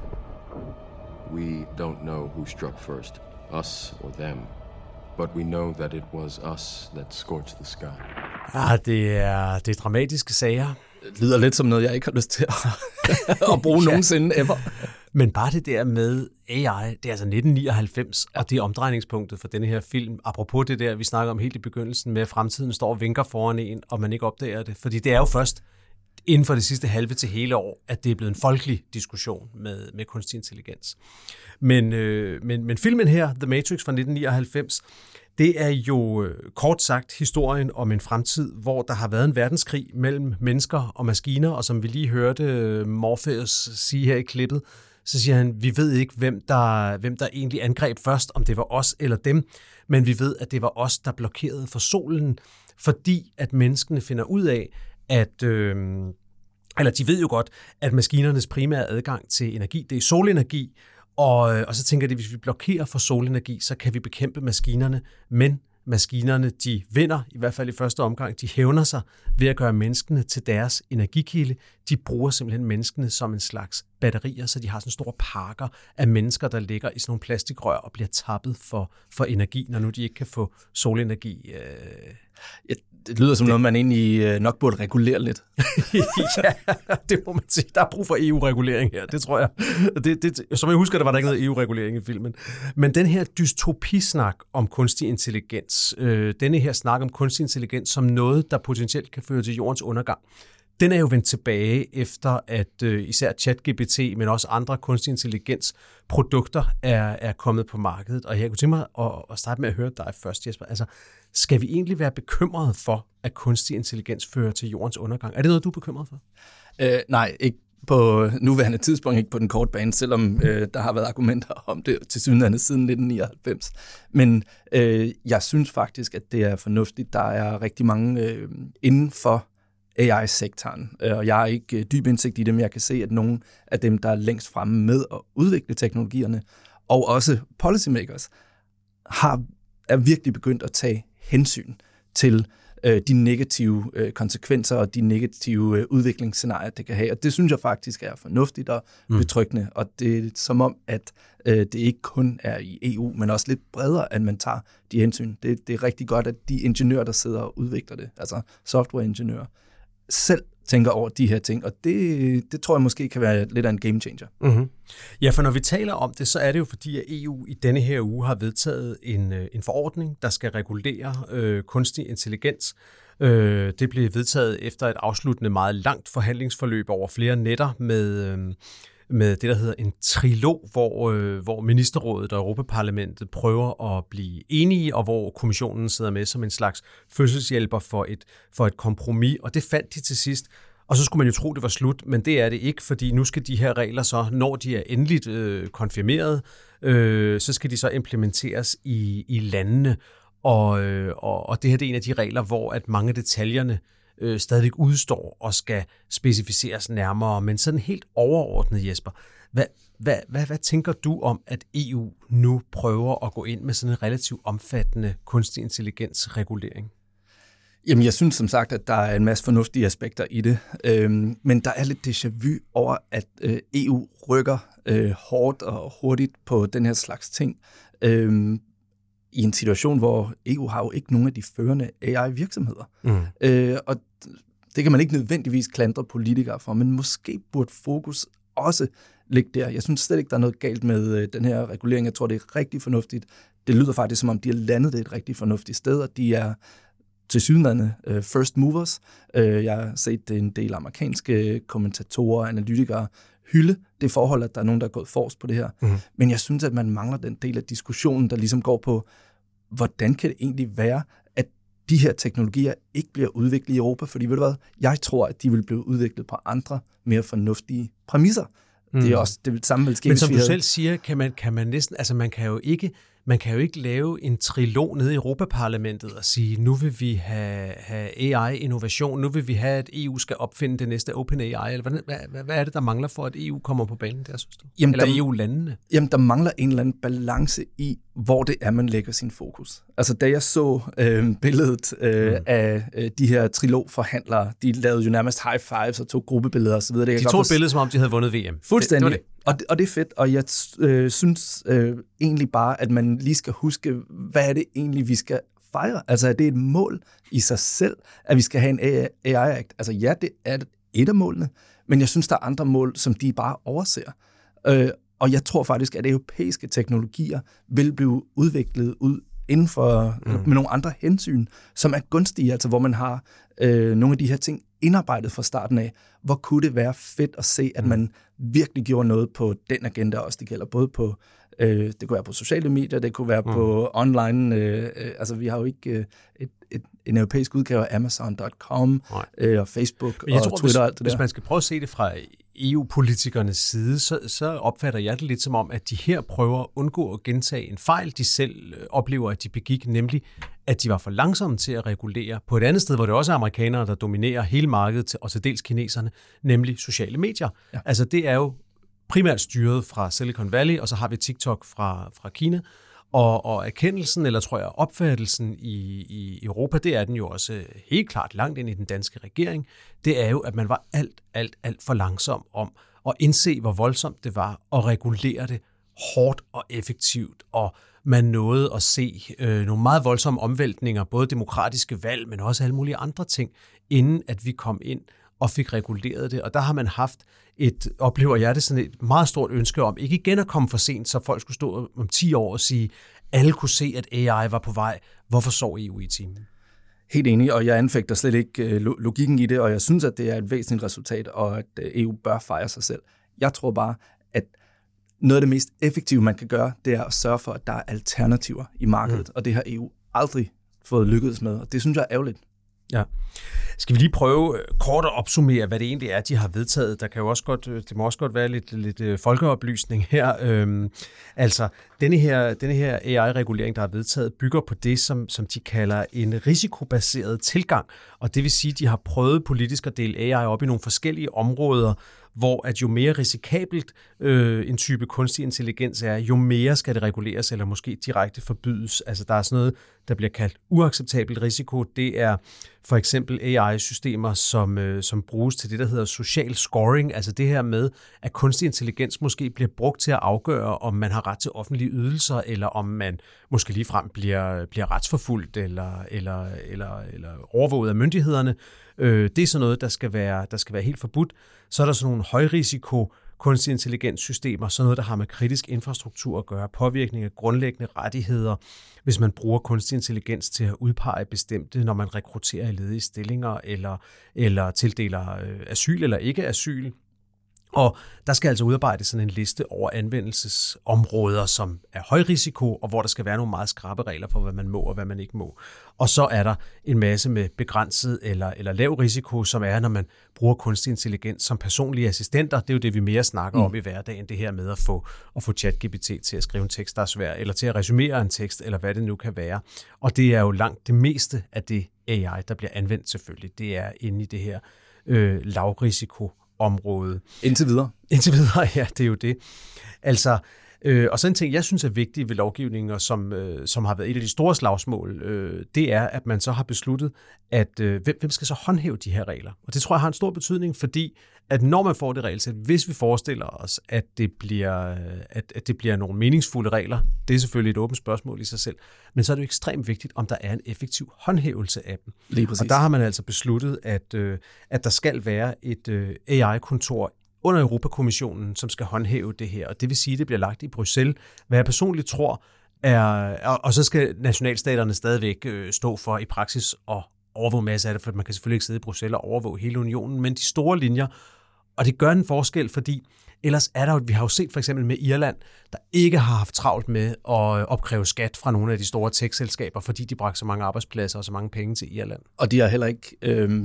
We don't know who struck first, us or them, but we know that it was us that scorched the sky. Ja, det er, det er dramatiske sager. Det lyder lidt som noget, jeg ikke har lyst til at, at bruge ja. nogensinde ever. Men bare det der med A I, det er altså nitten nioghalvfems, ja. og det er omdrejningspunktet for denne her film. Apropos det der, vi snakker om helt i begyndelsen med, at fremtiden står og vinker foran en, og man ikke opdager det. Fordi det er jo først inden for det sidste halve til hele år, at det er blevet en folkelig diskussion med, med kunstig intelligens. Men, øh, men, men filmen her, The Matrix fra nitten nioghalvfems, det er jo kort sagt historien om en fremtid, hvor der har været en verdenskrig mellem mennesker og maskiner, og som vi lige hørte Morpheus sige her i klippet, så siger han, vi ved ikke, hvem der, hvem der egentlig angreb først, om det var os eller dem, men vi ved, at det var os, der blokerede for solen, fordi at menneskene finder ud af, at... Øh, eller de ved jo godt, at maskinernes primære adgang til energi, det er solenergi, og, og så tænker de, at hvis vi blokerer for solenergi, så kan vi bekæmpe maskinerne, men maskinerne, de vinder, i hvert fald i første omgang, de hævner sig ved at gøre menneskene til deres energikilde. De bruger simpelthen menneskene som en slags batterier, så de har sådan store parker af mennesker, der ligger i sådan nogle plastikrør og bliver tappet for, for energi, når nu de ikke kan få solenergi. Øh... Ja, det lyder som det... noget, man egentlig nok burde regulere lidt. Ja, det må man sige. Der er brug for E U-regulering her, det tror jeg. Det, det, som jeg husker, der var der ikke noget E U-regulering i filmen. Men den her dystopisnak om kunstig intelligens, øh, denne her snak om kunstig intelligens som noget, der potentielt kan føre til jordens undergang, den er jo vendt tilbage efter, at øh, især ChatGPT, men også andre kunstig intelligens produkter er, er kommet på markedet. Og jeg kunne tænke mig at, at starte med at høre dig først, Jesper. Altså, skal vi egentlig være bekymrede for, at kunstig intelligens fører til jordens undergang? Er det noget, du er bekymret for? Øh, nej, ikke på nuværende tidspunkt, ikke på den korte bane, selvom øh, der har været argumenter om det til synligheden siden nitten nioghalvfems. Men øh, jeg synes faktisk, at det er fornuftigt. Der er rigtig mange øh, inden for A I-sektoren, øh, og jeg har ikke øh, dyb indsigt i dem. Jeg kan se, at nogle af dem, der er længst fremme med at udvikle teknologierne, og også policymakers, har, er virkelig begyndt at tage hensyn til de negative øh, konsekvenser og de negative øh, udviklingsscenarier, det kan have. Og det synes jeg faktisk er fornuftigt og mm. betryggende. Og det er som om, at øh, det ikke kun er i E U, men også lidt bredere, at man tager de hensyn. Det, det er rigtig godt, at de ingeniører, der sidder og udvikler det, altså softwareingeniører, selv tænker over de her ting, og det, det tror jeg måske kan være lidt af en game changer. Mm-hmm. Ja, for når vi taler om det, så er det jo fordi, at E U i denne her uge har vedtaget en, en forordning, der skal regulere øh, kunstig intelligens. Øh, det blev vedtaget efter et afsluttende meget langt forhandlingsforløb over flere nætter med, øh, med det, der hedder en trilog, hvor, øh, hvor Ministerrådet og Europaparlamentet prøver at blive enige, og hvor kommissionen sidder med som en slags fødselshjælper for et, for et kompromis, og det fandt de til sidst. Og så skulle man jo tro, det var slut, men det er det ikke, fordi nu skal de her regler så, når de er endeligt øh, konfirmeret, øh, så skal de så implementeres i, i landene. Og, øh, og, og det her det er en af de regler, hvor at mange af detaljerne øh, stadig udstår og skal specificeres nærmere. Men sådan helt overordnet, Jesper, hvad, hvad, hvad, hvad tænker du om, at E U nu prøver at gå ind med sådan en relativt omfattende kunstig intelligensregulering? Jamen, jeg synes som sagt, at der er en masse fornuftige aspekter i det, øhm, men der er lidt déjà vu over, at øh, E U rykker øh, hårdt og hurtigt på den her slags ting, øhm, i en situation, hvor E U har jo ikke nogen af de førende A I-virksomheder. Mm. Øh, og det kan man ikke nødvendigvis klandre politikere for, men måske burde fokus også ligge der. Jeg synes slet ikke, der er noget galt med øh, den her regulering. Jeg tror, det er rigtig fornuftigt. Det lyder faktisk, som om de har landet det et rigtig fornuftigt sted, og de er tilsyneladende uh, first movers. Uh, jeg har set en del amerikanske kommentatorer og analytikere hylde det forhold, at der er nogen, der er gået forrest på det her. Mm. Men jeg synes, at man mangler den del af diskussionen, der ligesom går på, hvordan kan det egentlig være, at de her teknologier ikke bliver udviklet i Europa? Fordi ved du hvad, jeg tror, at de vil blive udviklet på andre, mere fornuftige præmisser. Mm. Det er også det samme vil ske. Men som du havde... selv siger, kan man, kan man næsten, altså man kan jo ikke Man kan jo ikke lave en trilog nede i Europaparlamentet og sige, nu vil vi have, have A I-innovation, nu vil vi have, at E U skal opfinde det næste OpenAI, eller hvad, hvad, hvad er det, der mangler for, at E U kommer på banen der, synes du? Jamen, eller der, E U-landene? Jamen, der mangler en eller anden balance i, hvor det er, man lægger sin fokus. Altså, da jeg så øh, billedet øh, mm. af øh, de her trilogforhandlere, de lavede jo nærmest high fives og tog gruppebilleder og så videre. De tog et billede, som om de havde vundet V M. Fuldstændig. Det, det det. Og, det, og det er fedt, og jeg øh, synes øh, egentlig bare, at man lige skal huske, hvad er det egentlig, vi skal fejre? Altså, er det et mål i sig selv, at vi skal have en A I-akt? Altså, ja, det er et af målene, men jeg synes, der er andre mål, som de bare overser. Øh, og jeg tror faktisk, at europæiske teknologier vil blive udviklet ud inden for mm. med nogle andre hensyn, som er gunstige, altså hvor man har øh, nogle af de her ting indarbejdet fra starten af. Hvor kunne det være fedt at se, at man virkelig gjorde noget på den agenda også. Det gælder både på, øh, det kunne være på sociale medier, det kunne være mm. på online, øh, øh, altså vi har jo ikke øh, et, et, en europæisk udgave af Amazon punktum com øh, og Facebook jeg og tror, Twitter hvis, og alt det der. Hvis man skal prøve at se det fra E U-politikernes side, så, så opfatter jeg det lidt som om, at de her prøver at undgå at gentage en fejl, de selv oplever, at de begik, nemlig at de var for langsomme til at regulere på et andet sted, hvor det også er amerikanere, der dominerer hele markedet, og til dels kineserne, nemlig sociale medier. Ja. Altså det er jo primært styret fra Silicon Valley, og så har vi TikTok fra, fra Kina. Og, og erkendelsen, eller tror jeg opfattelsen i, i Europa, det er den jo også helt klart langt ind i den danske regering, det er jo, at man var alt, alt, alt for langsom om at indse, hvor voldsomt det var, og regulere det hårdt og effektivt, og man nåede at se øh, nogle meget voldsomme omvæltninger, både demokratiske valg, men også alle mulige andre ting, inden at vi kom ind og fik reguleret det. Og der har man haft et, oplever jeg det, sådan et meget stort ønske om, ikke igen at komme for sent, så folk skulle stå om ti år og sige, alle kunne se, at A I var på vej. Hvorfor sov E U i timen? Helt enig, og jeg anfægter slet ikke øh, logikken i det, og jeg synes, at det er et væsentligt resultat, og at øh, E U bør fejre sig selv. Jeg tror bare, at noget af det mest effektive, man kan gøre, det er at sørge for, at der er alternativer i markedet, mm. og det har E U aldrig fået lykkedes med, og det synes jeg er ærgerligt. Ja. Skal vi lige prøve kort at opsummere, hvad det egentlig er, de har vedtaget? Der kan jo også godt, det må også godt være lidt, lidt folkeoplysning her. Øhm, altså, denne her, denne her A I-regulering, der er vedtaget, bygger på det, som, som de kalder en risikobaseret tilgang. Og det vil sige, at de har prøvet politisk at dele A I op i nogle forskellige områder, hvor at jo mere risikabelt øh, en type kunstig intelligens er, jo mere skal det reguleres eller måske direkte forbydes. Altså der er sådan noget, der bliver kaldt uacceptabel risiko. Det er for eksempel A I-systemer, som, øh, som bruges til det, der hedder social scoring. Altså det her med, at kunstig intelligens måske bliver brugt til at afgøre, om man har ret til offentlige ydelser, eller om man måske ligefrem bliver, bliver retsforfulgt eller, eller, eller, eller overvåget af myndighederne. Øh, det er sådan noget, der skal være, der skal være helt forbudt. Så er der sådan nogle højrisiko kunstig intelligenssystemer, sådan noget, der har med kritisk infrastruktur at gøre, påvirkning af grundlæggende rettigheder, hvis man bruger kunstig intelligens til at udpege bestemte, når man rekrutterer i ledige stillinger, eller, eller tildeler øh, asyl eller ikke asyl. Og der skal altså udarbejdes sådan en liste over anvendelsesområder, som er højrisiko, og hvor der skal være nogle meget skrappe regler for, hvad man må og hvad man ikke må. Og så er der en masse med begrænset eller, eller lav risiko, som er, når man bruger kunstig intelligens som personlige assistenter. Det er jo det, vi mere snakker mm. om i hverdagen, det her med at få, at få ChatGPT til at skrive en tekst, der er svær, eller til at resumere en tekst, eller hvad det nu kan være. Og det er jo langt det meste af det A I, der bliver anvendt selvfølgelig. Det er inde i det her øh, lavrisiko område. Indtil videre. Indtil videre, ja, det er jo det. Altså, øh, og så en ting, jeg synes er vigtig ved lovgivningen, og som, øh, som har været et af de store slagsmål, øh, det er, at man så har besluttet, at øh, hvem, hvem skal så håndhæve de her regler? Og det tror jeg har en stor betydning, fordi at når man får det regelsæt, hvis vi forestiller os, at det bliver, at, at det bliver nogle meningsfulde regler, det er selvfølgelig et åbent spørgsmål i sig selv, men så er det jo ekstremt vigtigt, om der er en effektiv håndhævelse af dem. Lige præcis. Og der har man altså besluttet, at, øh, at der skal være et øh, A I-kontor under Europakommissionen, som skal håndhæve det her, og det vil sige, at det bliver lagt i Bruxelles, hvad jeg personligt tror er, og, og så skal nationalstaterne stadigvæk øh, stå for i praksis og overvåge en masse af det, for man kan selvfølgelig ikke sidde i Bruxelles og overvåge hele unionen, men de store linjer, og det gør en forskel, fordi ellers er der jo, vi har jo set for eksempel med Irland, der ikke har haft travlt med at opkræve skat fra nogle af de store tech-selskaber, fordi de bragte så mange arbejdspladser og så mange penge til Irland. Og de har heller ikke øh,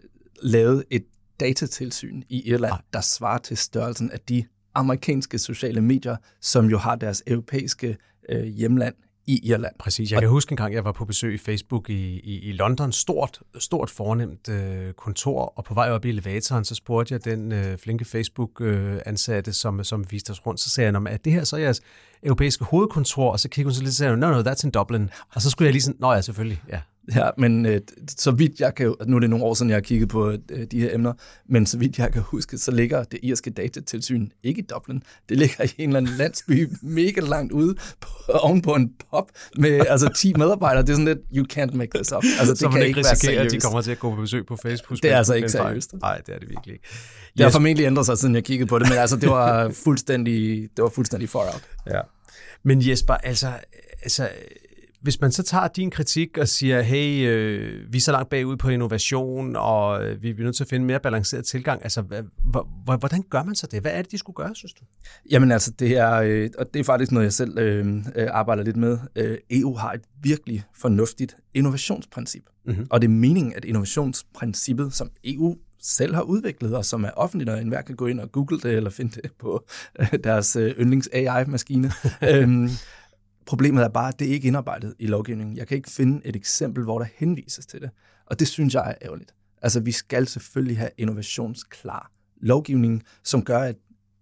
lavet et datatilsyn i Irland, Nej. der svarer til størrelsen af de amerikanske sociale medier, som jo har deres europæiske øh, hjemland i Irland. Præcis. Jeg kan huske en gang, jeg var på besøg i Facebook i, i, i London. Stort, stort fornemt øh, kontor, og på vej op i elevatoren, så spurgte jeg den øh, flinke Facebook-ansatte, øh, som, som viste os rundt, så sagde han, at det her så er jeres europæiske hovedkontor, og så kiggede hun så lidt og sagde, no, no, that's in Dublin. Og så skulle jeg lige sådan, nå ja, selvfølgelig, ja. Ja, men øh, så vidt jeg kan, nu er det nogle år siden, jeg har kigget på øh, de her emner, men så vidt jeg kan huske, så ligger det irske datatilsyn ikke i Dublin. Det ligger i en eller anden landsby mega langt ude på, oven på en pub med altså ti medarbejdere. Det er sådan lidt, you can't make this up. Altså, det så man kan ikke ikke risikere, at de kommer til at gå på besøg på Facebook. Det er altså ikke seriøst. Nej, det er det virkelig ikke. Det har formentlig ændret sig, siden jeg kiggede på det, men altså, det var fuldstændig, det var fuldstændig far out. Ja. Men Jesper, altså, altså hvis man så tager din kritik og siger, hey, øh, vi er så langt bagud på innovation, og øh, vi er nødt til at finde en mere balanceret tilgang, altså, hvordan gør man så det? Hvad er det, de skulle gøre, synes du? Jamen altså, det er, øh, og det er faktisk noget, jeg selv øh, arbejder lidt med. Øh, E U har et virkelig fornuftigt innovationsprincip, mm-hmm. og det er meningen, at innovationsprincippet, som E U selv har udviklet, og som er offentligt, og enhver kan gå ind og google det, eller finde det på øh, deres øh, yndlings A I-maskine. øhm, Problemet er bare, at det ikke er indarbejdet i lovgivningen. Jeg kan ikke finde et eksempel, hvor der henvises til det. Og det synes jeg er ærgerligt. Altså, vi skal selvfølgelig have innovationsklar lovgivning, som gør, at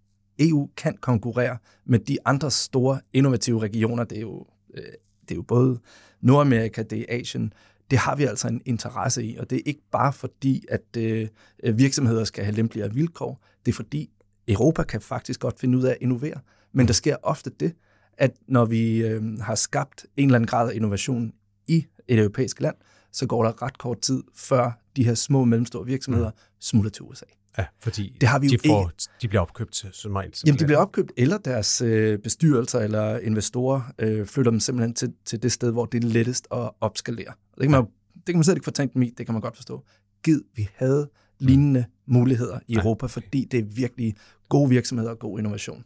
E U kan konkurrere med de andre store innovative regioner. Det er jo, øh, det er jo både Nordamerika, det er Asien. Det har vi altså en interesse i, og det er ikke bare fordi, at øh, virksomheder skal have lempeligere vilkår. Det er fordi, Europa kan faktisk godt finde ud af at innovere. Men der sker ofte det, at når vi øh, har skabt en eller anden grad af innovation i et europæisk land, så går der ret kort tid, før de her små og mellemstore virksomheder mm. smutter til U S A. Ja, fordi det har vi de, jo får, ikke. de bliver opkøbt til som regel. Jamen, de bliver opkøbt, eller deres øh, bestyrelser eller investorer øh, flytter dem simpelthen til, til det sted, hvor det er lettest at opskalere. Det kan man jo det kan man slet ikke fortænke dem i, det kan man godt forstå. Gid, vi havde lignende muligheder i Europa, fordi det er virkelig gode virksomheder og god innovation.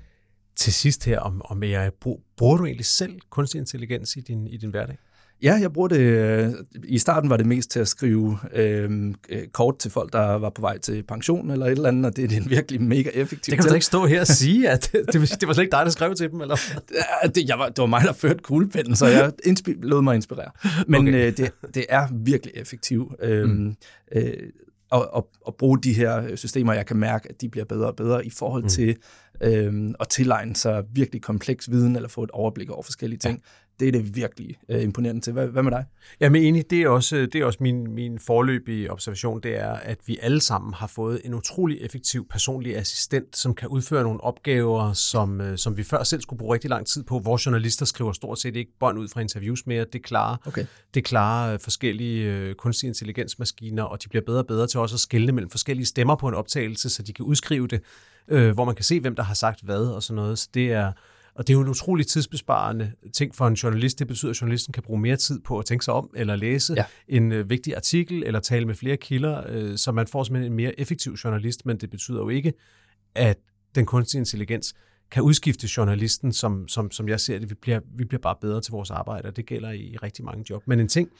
Til sidst her om, om A I, bruger du egentlig selv kunstig intelligens i din, i din hverdag? Ja, jeg bruger det. I starten var det mest til at skrive øh, kort til folk, der var på vej til pension eller et eller andet, og det er en virkelig mega effektiv. Det kan du da ikke stå her og sige, at det, det, det var slet ikke dig, der skrev til dem, eller? det, jeg var, det var mig, der førte kuglepennen, så jeg inspi- lod mig inspirere. Men okay. øh, det, det er virkelig effektivt. Øh, mm. øh, at, at, at bruge de her systemer, jeg kan mærke, at de bliver bedre og bedre i forhold mm. til øh, at tilegne sig virkelig kompleks viden, eller få et overblik over forskellige ting. Ja. Det er det virkelig øh, imponerende til. Hvad, hvad med dig? Jeg er enig, det er også, det er også min, min foreløbige observation, det er, at vi alle sammen har fået en utrolig effektiv personlig assistent, som kan udføre nogle opgaver, som, øh, som vi før selv skulle bruge rigtig lang tid på. Vores journalister skriver stort set ikke bånd ud fra interviews mere. Det klarer, okay. det klarer forskellige øh, kunstige intelligensmaskiner, og de bliver bedre og bedre til også at skelne mellem forskellige stemmer på en optagelse, så de kan udskrive det, øh, hvor man kan se, hvem der har sagt hvad og sådan noget. Så det er... Og det er jo en utrolig tidsbesparende ting for en journalist. Det betyder, at journalisten kan bruge mere tid på at tænke sig om, eller læse ja. en øh, vigtig artikel, eller tale med flere kilder, øh, så man får simpelthen en mere effektiv journalist, men det betyder jo ikke, at den kunstige intelligens kan udskifte journalisten, som, som, som jeg ser det. Vi bliver, vi bliver bare bedre til vores arbejde, og det gælder i rigtig mange job. Men en ting,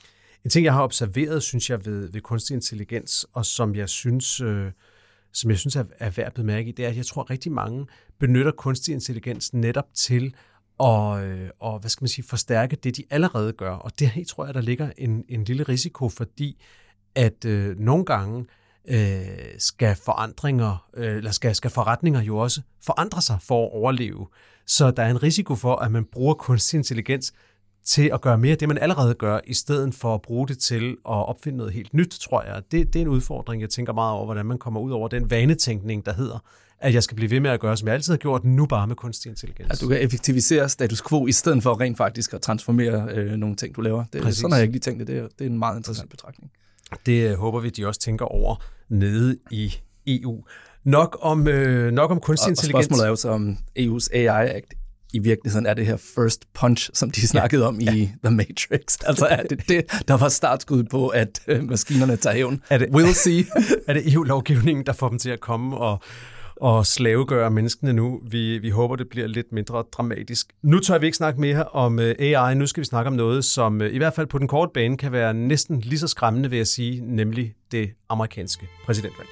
en ting jeg har observeret, synes jeg, ved, ved kunstig intelligens, og som jeg synes... Øh, som jeg synes er, er værd at bemærke i, det er, at jeg tror, at rigtig mange benytter kunstig intelligens netop til at øh, og, hvad skal man sige, forstærke det, de allerede gør. Og det her tror jeg, der ligger en, en lille risiko, fordi at øh, nogle gange øh, skal forandringer, øh, eller skal, skal forretninger jo også forandre sig for at overleve. Så der er en risiko for, at man bruger kunstig intelligens til at gøre mere af det, man allerede gør, i stedet for at bruge det til at opfinde noget helt nyt, tror jeg. Det, det er en udfordring, jeg tænker meget over, hvordan man kommer ud over den vanetænkning, der hedder, at jeg skal blive ved med at gøre, som jeg altid har gjort, nu bare med kunstig intelligens. At du kan effektivisere status quo, i stedet for rent faktisk at transformere øh, nogle ting, du laver. Det, sådan har jeg ikke lige tænkt det. Det er, det er en meget interessant Præcis. betragtning. Det håber vi, de også tænker over nede i E U. Nok om, øh, nok om kunstig og, intelligens. Og spørgsmålet er jo så, om E U's A I Act i virkeligheden er det her first punch, som de snakkede ja, om ja. i The Matrix. Altså er det det, der var startskud på, at øh, maskinerne tager hævn? Er det, We'll see. Er det E U-lovgivningen, der får dem til at komme og, og slavegøre menneskene nu? Vi, vi håber, det bliver lidt mindre dramatisk. Nu tør vi ikke snakke mere om øh, A I. Nu skal vi snakke om noget, som øh, i hvert fald på den korte bane kan være næsten lige så skræmmende, vil jeg sige, nemlig det amerikanske præsidentvalg.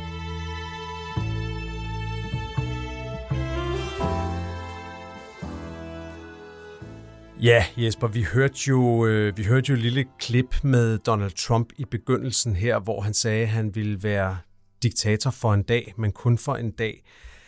Ja, Jesper, vi hørte jo øh, vi hørte jo et lille klip med Donald Trump i begyndelsen her, hvor han sagde, at han ville være diktator for en dag, men kun for en dag.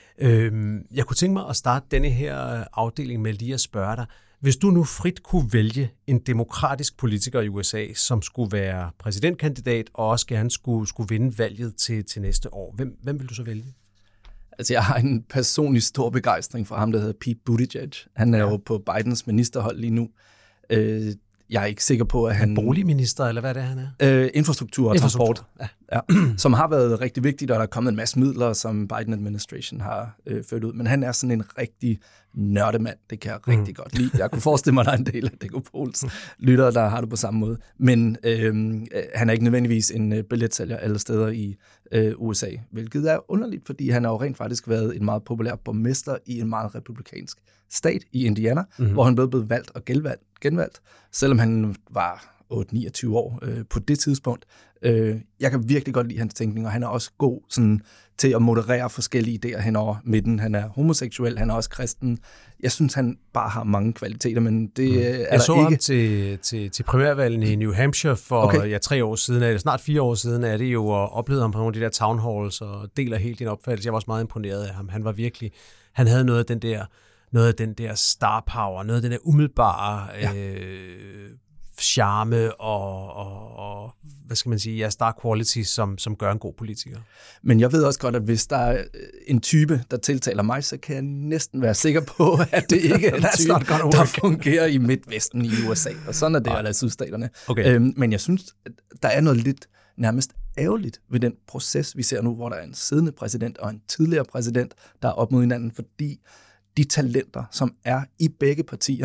Øh, jeg kunne tænke mig at starte denne her afdeling med lige at spørge dig, hvis du nu frit kunne vælge en demokratisk politiker i U S A, som skulle være præsidentkandidat og også gerne skulle, skulle vinde valget til, til næste år, hvem, hvem vil du så vælge? Altså, jeg har en personlig stor begejstring for ham, der hedder Pete Buttigieg. Han er ja. jo på Bidens ministerhold lige nu. Øh, jeg er ikke sikker på, at han... Boligminister, eller hvad det er, han er? Øh, infrastruktur og infrastruktur. transport. Ja. Ja. Som har været rigtig vigtigt, og der er kommet en masse midler, som Biden administration har øh, ført ud. Men han er sådan en rigtig nørdemand. Det kan jeg rigtig mm. godt lide. Jeg kunne forestille mig, at der er en del af Dekopols lyttere, der har det på samme måde. Men øh, han er ikke nødvendigvis en øh, billetsælger alle steder i øh, U S A, hvilket er underligt, fordi han har jo rent faktisk været en meget populær borgmester i en meget republikansk stat i Indiana, mm-hmm. hvor han blev blevet valgt og genvalgt, genvalgt selvom han var otte niogtyve år øh, på det tidspunkt. Øh, jeg kan virkelig godt lide hans tænkning, og han er også god sådan, til at moderere forskellige idéer hen over midten. Han er homoseksuel, han er også kristen. Jeg synes, han bare har mange kvaliteter, men det mm. er jeg der så ikke... ham til, til, til primærvalgene i New Hampshire for okay. ja, tre år siden, eller snart fire år siden, er det jo, og oplevede ham på nogle af de der town halls, og deler helt din opfattelse. Jeg var også meget imponeret af ham. Han var virkelig, han havde noget af den der, noget af den der star power, noget af den der umiddelbare ja. øh, charme og, og, og, hvad skal man sige, ja, star quality, som, som gør en god politiker. Men jeg ved også godt, at hvis der er en type, der tiltaler mig, så kan jeg næsten være sikker på, at det ikke er en type, der fungerer i Midtvesten i U S A. Og sådan er det, eller sydstaterne. Okay. Øhm, men jeg synes, der er noget lidt nærmest ærgerligt ved den proces, vi ser nu, hvor der er en siddende præsident og en tidligere præsident, der er op mod hinanden, fordi de talenter, som er i begge partier,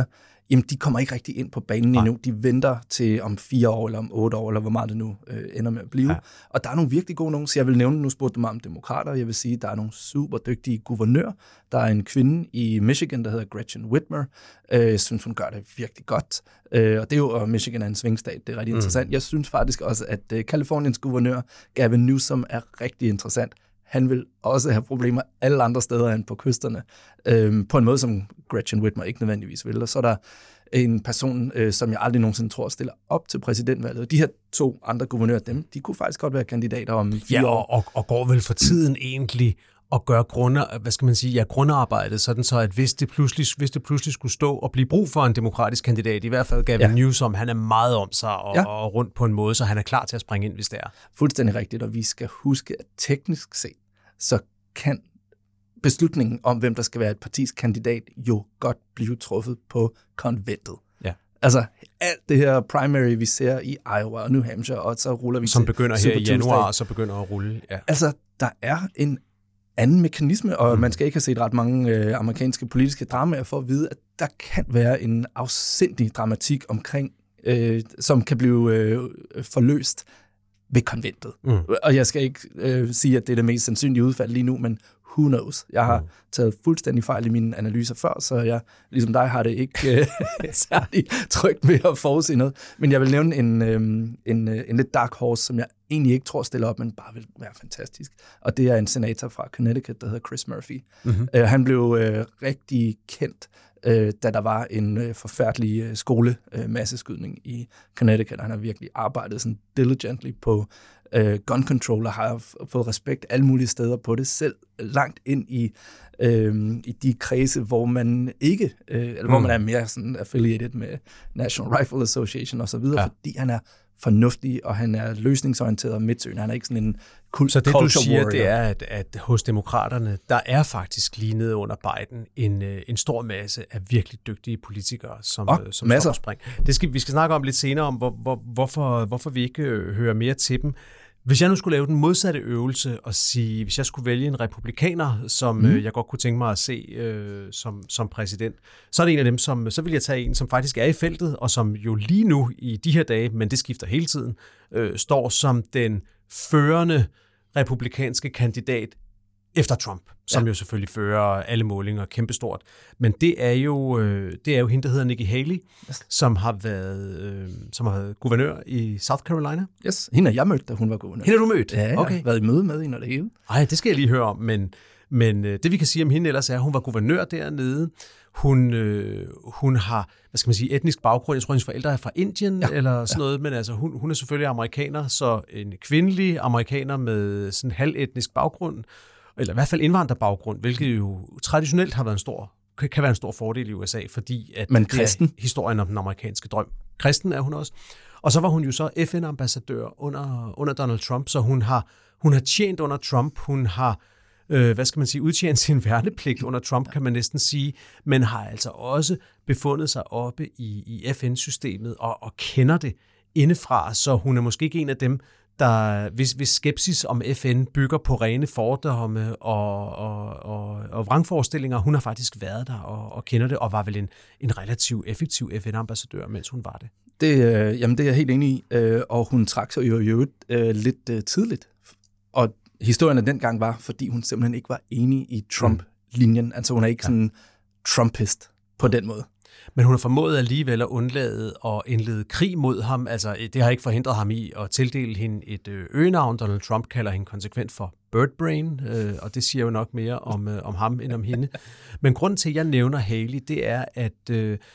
jamen de kommer ikke rigtig ind på banen Nej. endnu. De venter til om fire år, eller om otte år, eller hvor meget det nu øh, ender med at blive. Ja. Og der er nogle virkelig gode nogen, så jeg vil nævne, nu spurgte du mig om demokrater, jeg vil sige, der er nogle super dygtige guvernører. Der er en kvinde i Michigan, der hedder Gretchen Whitmer. Øh, jeg synes, hun gør det virkelig godt. Øh, og det er jo, og Michigan er en svingstat, det er rigtig mm. interessant. Jeg synes faktisk også, at øh, Californiens guvernør, Gavin Newsom, er rigtig interessant. Han vil også have problemer alle andre steder end på kysterne, øh, på en måde, som Gretchen Whitmer ikke nødvendigvis vil. Og så er der en person, øh, som jeg aldrig nogensinde tror stiller op til præsidentvalget. De her to andre guvernører, dem, de kunne faktisk godt være kandidater om fire ja, år. Og, og går vel for tiden egentlig og gøre grunde, hvad skal man sige, ja, grundarbejdet, sådan så, at hvis det, pludselig, hvis det pludselig skulle stå og blive brug for en demokratisk kandidat, i hvert fald Gavin ja. Newsom, han er meget om sig og, ja. og rundt på en måde, så han er klar til at springe ind, hvis det er. Fuldstændig rigtigt, og vi skal huske, at teknisk set, så kan beslutningen om, hvem der skal være et partis kandidat, jo godt blive truffet på konventet. Ja. Altså, alt det her primary, vi ser i Iowa og New Hampshire, og så ruller vi Som til begynder her i januar, og så begynder at rulle. Ja. Altså, der er en anden mekanisme, og mm. man skal ikke have set ret mange øh, amerikanske politiske dramaer for at vide, at der kan være en afsindig dramatik omkring, øh, som kan blive øh, forløst ved konventet. Mm. Og jeg skal ikke øh, sige, at det er det mest sandsynlige udfald lige nu, men who knows? Jeg har mm. taget fuldstændig fejl i mine analyser før, så jeg, ligesom dig, har det ikke øh, særlig trygt ved at forudse noget. Men jeg vil nævne en, øh, en, øh, en lidt dark horse, som jeg egentlig ikke tror stiller op, men bare vil være fantastisk. Og det er en senator fra Connecticut, der hedder Chris Murphy. Mm-hmm. Øh, han blev øh, rigtig kendt, øh, da der var en øh, forfærdelig øh, skolemasseskydning øh, i Connecticut. Han har virkelig arbejdet sådan diligently på øh, gun control og har fået respekt alle mulige steder på det, selv langt ind i, øh, i de kredse, hvor man ikke, øh, eller mm. hvor man er mere sådan affiliated med National Rifle Association og så videre, ja. Fordi han er fornuftig, og han er løsningsorienteret og midtsøgende. Han er ikke sådan en kult. Så det, du siger, warrior. Det er, at, at hos demokraterne, der er faktisk lige nede under Biden en, en stor masse af virkelig dygtige politikere, som, oh, som står og springer. Det skal, vi skal snakke om lidt senere, om hvor, hvor, hvorfor, hvorfor vi ikke hører mere til dem. Hvis jeg nu skulle lave den modsatte øvelse og sige, hvis jeg skulle vælge en republikaner, som mm. øh, jeg godt kunne tænke mig at se øh, som, som præsident, så er det en af dem, som, så vil jeg tage en, som faktisk er i feltet, og som jo lige nu i de her dage, men det skifter hele tiden, øh, står som den førende republikanske kandidat efter Trump, som ja. jo selvfølgelig fører alle målinger kæmpestort. Men det er jo øh, det er jo hende, der hedder Nikki Haley, yes. som har været øh, som har været guvernør i South Carolina. Yes, hende har jeg mødt, da hun var guvernør. Hende har du mødt? Ja, jeg okay. har været i møde med hende og det hele. Ej, det skal jeg lige høre om, men men øh, det vi kan sige om hende ellers er, at hun var guvernør dernede. Hun øh, hun har, hvad skal man sige, etnisk baggrund. Jeg tror, hendes forældre er fra Indien ja. eller sådan ja. noget, men altså hun hun er selvfølgelig amerikaner, så en kvindelig amerikaner med sådan halvetnisk baggrund, eller i hvert fald indvandrerbaggrund, hvilket jo traditionelt har været en stor, kan være en stor fordel i U S A, fordi at Men kristen? Det er historien om den amerikanske drøm. Kristen er hun også. Og så var hun jo så F N-ambassadør under, under Donald Trump, så hun har, hun har tjent under Trump, hun har, øh, hvad skal man sige, udtjent sin værnepligt under Trump, kan man næsten sige, men har altså også befundet sig oppe i, i F N-systemet og, og kender det indefra, så hun er måske ikke en af dem, der, hvis, hvis skepsis om F N bygger på rene fordomme og, og, og, og vrangforestillinger. Hun har faktisk været der og, og kender det, og var vel en, en relativt effektiv F N-ambassadør, mens hun var det. Det, øh, jamen det er jeg helt enig i, øh, og hun trak sig jo i øvrigt øh, lidt øh, tidligt. Og historien af dengang var, fordi hun simpelthen ikke var enig i Trump-linjen. Altså hun er ikke ja. sådan Trumpist på den måde. Men hun har formået alligevel at undlade at indlede krig mod ham. Altså, det har ikke forhindret ham i at tildele hende et øgenavn. Donald Trump kalder hende konsekvent for Birdbrain, og det siger jo nok mere om, om ham end om hende. Men grunden til, at jeg nævner Haley, det er, at,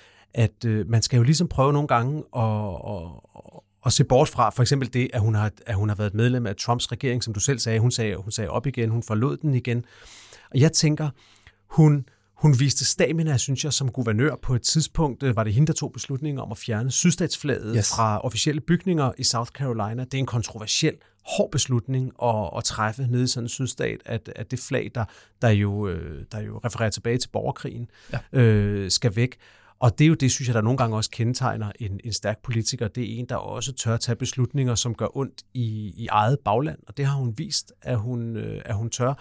at man skal jo ligesom prøve nogle gange at, at, at se bort fra for eksempel det, at hun, har, at hun har været medlem af Trumps regering, som du selv sagde. Hun sagde, hun sagde op igen, hun forlod den igen. Og jeg tænker, hun... Hun viste stamina, synes jeg, som guvernør på et tidspunkt. Var det hende, der tog beslutningen om at fjerne sydstatsflaget yes. fra officielle bygninger i South Carolina. Det er en kontroversiel, hård beslutning at, at træffe nede i sådan en sydstat, at, at det flag, der, der, jo, der jo refererer tilbage til borgerkrigen, ja. øh, skal væk. Og det er jo det, synes jeg, der nogle gange også kendetegner en, en stærk politiker. Det er en, der også tør tage beslutninger, som gør ondt i, i eget bagland. Og det har hun vist, at hun, at hun tør.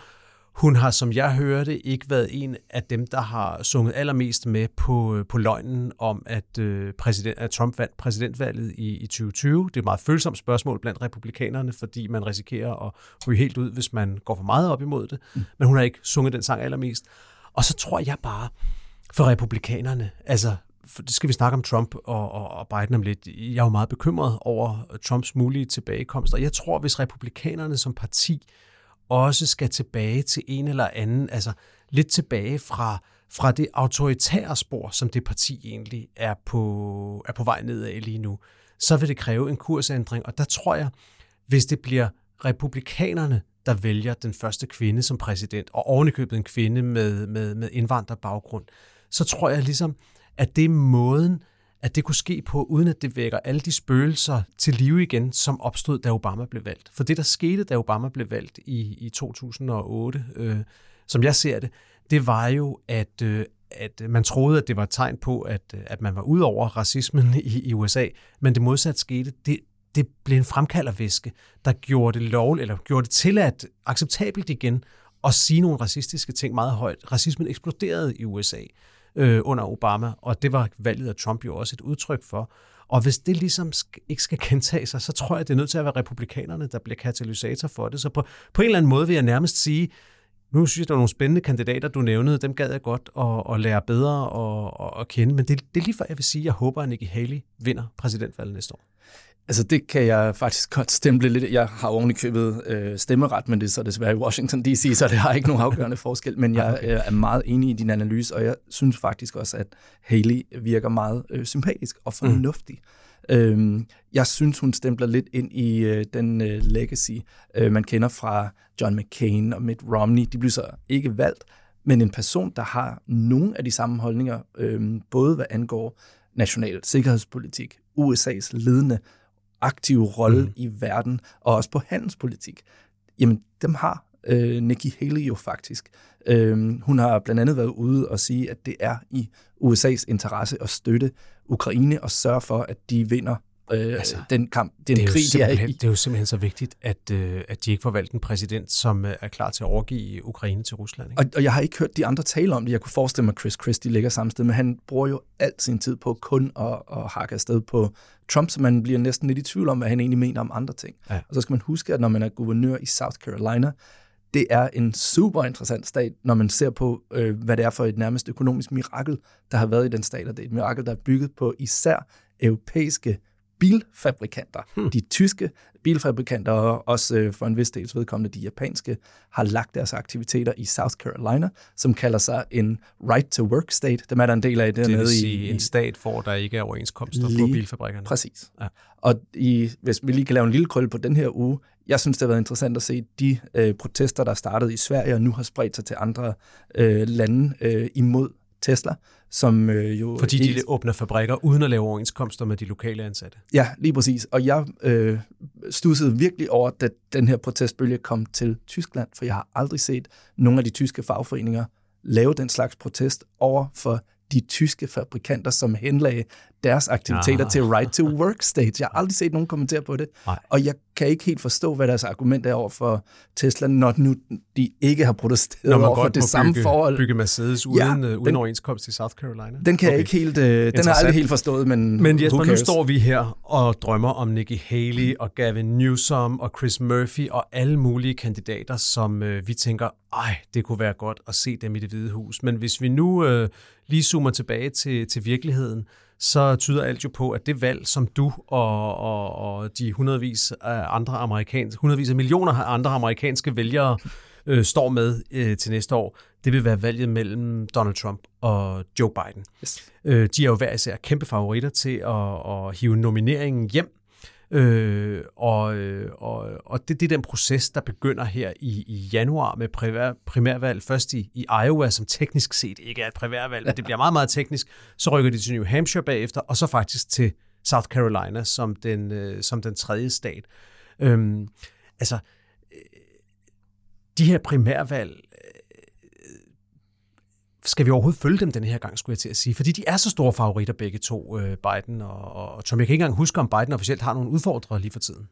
Hun har, som jeg hørte, ikke været en af dem, der har sunget allermest med på, på løgnen om, at, øh, præsident, at Trump vandt præsidentvalget i, i tyve tyve. Det er et meget følsomt spørgsmål blandt republikanerne, fordi man risikerer at ryge helt ud, hvis man går for meget op imod det. Mm. Men hun har ikke sunget den sang allermest. Og så tror jeg bare, for republikanerne, altså, for det skal vi snakke om Trump og, og, og Biden om lidt. Jeg er jo meget bekymret over Trumps mulige tilbagekomst, og jeg tror, hvis republikanerne som parti også skal tilbage til en eller anden, altså lidt tilbage fra, fra det autoritære spor, som det parti egentlig er på, er på vej nedad lige nu, så vil det kræve en kursændring. Og der tror jeg, hvis det bliver republikanerne, der vælger den første kvinde som præsident, og ovenikøbet en kvinde med, med, med indvandrerbaggrund, så tror jeg ligesom, at det er måden, at det kunne ske på, uden at det vækker alle de spøgelser til live igen, som opstod, da Obama blev valgt. For det, der skete, da Obama blev valgt i, i to tusind og otte, øh, som jeg ser det, det var jo, at, øh, at man troede, at det var et tegn på, at, at man var ud over racismen i, i U S A, men det modsatte skete. Det, det blev en fremkaldervæske, der gjorde det lovligt, eller gjorde det tilladt acceptabelt igen at sige nogle racistiske ting meget højt. Racismen eksploderede i U S A øh, under Obama, og det var valget af Trump jo også et udtryk for. Og hvis det ligesom sk- ikke skal gentage sig, så tror jeg, det er nødt til at være republikanerne, der bliver katalysator for det. Så på, på en eller anden måde vil jeg nærmest sige, nu synes jeg, der er nogle spændende kandidater, du nævnede, dem gad jeg godt at, at lære bedre at, at kende, men det, det er lige før, jeg vil sige, at jeg håber, at Nikki Haley vinder præsidentvalget næste år. Altså det kan jeg faktisk godt stemple lidt. Jeg har ovenikøbet øh, stemmeret, men det er så desværre i Washington D C, så det har ikke nogen afgørende forskel. Men jeg øh, er meget enig i din analyse, og jeg synes faktisk også, at Haley virker meget øh, sympatisk og fornuftig. Mm. Øhm, jeg synes, hun stempler lidt ind i øh, den øh, legacy, øh, man kender fra John McCain og Mitt Romney. De blev så ikke valgt, men en person, der har nogle af de samme holdninger, øh, både hvad angår national sikkerhedspolitik, U S A's ledende aktive rolle mm. i verden, og også på handelspolitik, jamen dem har øh, Nikki Haley jo faktisk. Øh, hun har blandt andet været ude og sige, at det er i U S A's interesse at støtte Ukraine og sørge for, at de vinder øh, altså, den kamp, den det krig, de er i. Det er jo simpelthen så vigtigt, at, øh, at de ikke får valgt en præsident, som øh, er klar til at overgive Ukraine til Rusland. Ikke? Og, og jeg har ikke hørt de andre tale om det. Jeg kunne forestille mig, at Chris Christie ligger samme sted, men han bruger jo alt sin tid på kun at, at hakke afsted på Trump, så man bliver næsten lidt i tvivl om, hvad han egentlig mener om andre ting. Ja. Og så skal man huske, at når man er guvernør i South Carolina, det er en super interessant stat, når man ser på, øh, hvad det er for et nærmest økonomisk mirakel, der har været i den stat, og det er et mirakel, der er bygget på især europæiske bilfabrikanter. Hmm. De tyske bilfabrikanter, og også øh, for en vis dels vedkommende de japanske, har lagt deres aktiviteter i South Carolina, som kalder sig en right-to-work state. Dem er der en del af dernede. Det vil sige i, en stat, hvor der ikke er overenskomster lige, på bilfabrikkerne. Præcis. Ja. Og i, hvis vi lige kan lave en lille krølle på den her uge, jeg synes, det har været interessant at se de øh, protester, der startede i Sverige, og nu har spredt sig til andre øh, lande øh, imod Tesla, som øh, jo... Fordi ikke... de åbner fabrikker uden at lave overenskomster med de lokale ansatte. Ja, lige præcis. Og jeg øh, studsede virkelig over, da den her protestbølge kom til Tyskland, for jeg har aldrig set nogle af de tyske fagforeninger lave den slags protest over for de tyske fabrikanter, som henlagde deres aktiviteter ja. til right-to-work states. Jeg har aldrig set nogen kommentere på det, Nej. og jeg kan ikke helt forstå, hvad deres argument er over for Tesla, når nu de ikke har protesteret over for det samme bygge, forhold. bygge Mercedes uden, ja, den, uden overenskomst i South Carolina. Den kan okay. jeg ikke helt, øh, den har jeg aldrig helt forstået, men Men Jesper, nu står vi her og drømmer om Nikki Haley og Gavin Newsom og Chris Murphy og alle mulige kandidater, som øh, vi tænker, ej, det kunne være godt at se dem i Det Hvide Hus. Men hvis vi nu øh, lige zoomer tilbage til, til virkeligheden, så tyder alt jo på, at det valg, som du og, og, og de hundredvis af andre amerikanske, hundredvis af millioner af andre amerikanske vælgere øh, står med øh, til næste år, det vil være valget mellem Donald Trump og Joe Biden. Yes. Øh, de er jo hver især kæmpe favoritter til at, at hive nomineringen hjem. Øh, og og, og det, det er den proces, der begynder her i, i januar med primær, primærvalg. Først i, i Iowa, som teknisk set ikke er et primærvalg, men det bliver meget, meget teknisk. Så rykker de til New Hampshire bagefter, og så faktisk til South Carolina som den, øh, som den tredje stat. Øhm, altså, øh, de her primærvalg, skal vi overhovedet følge dem den her gang, skulle jeg til at sige? Fordi de er så store favoritter begge to, Biden og, og Trump. Jeg kan ikke engang huske, om Biden officielt har nogle udfordrere lige for tiden.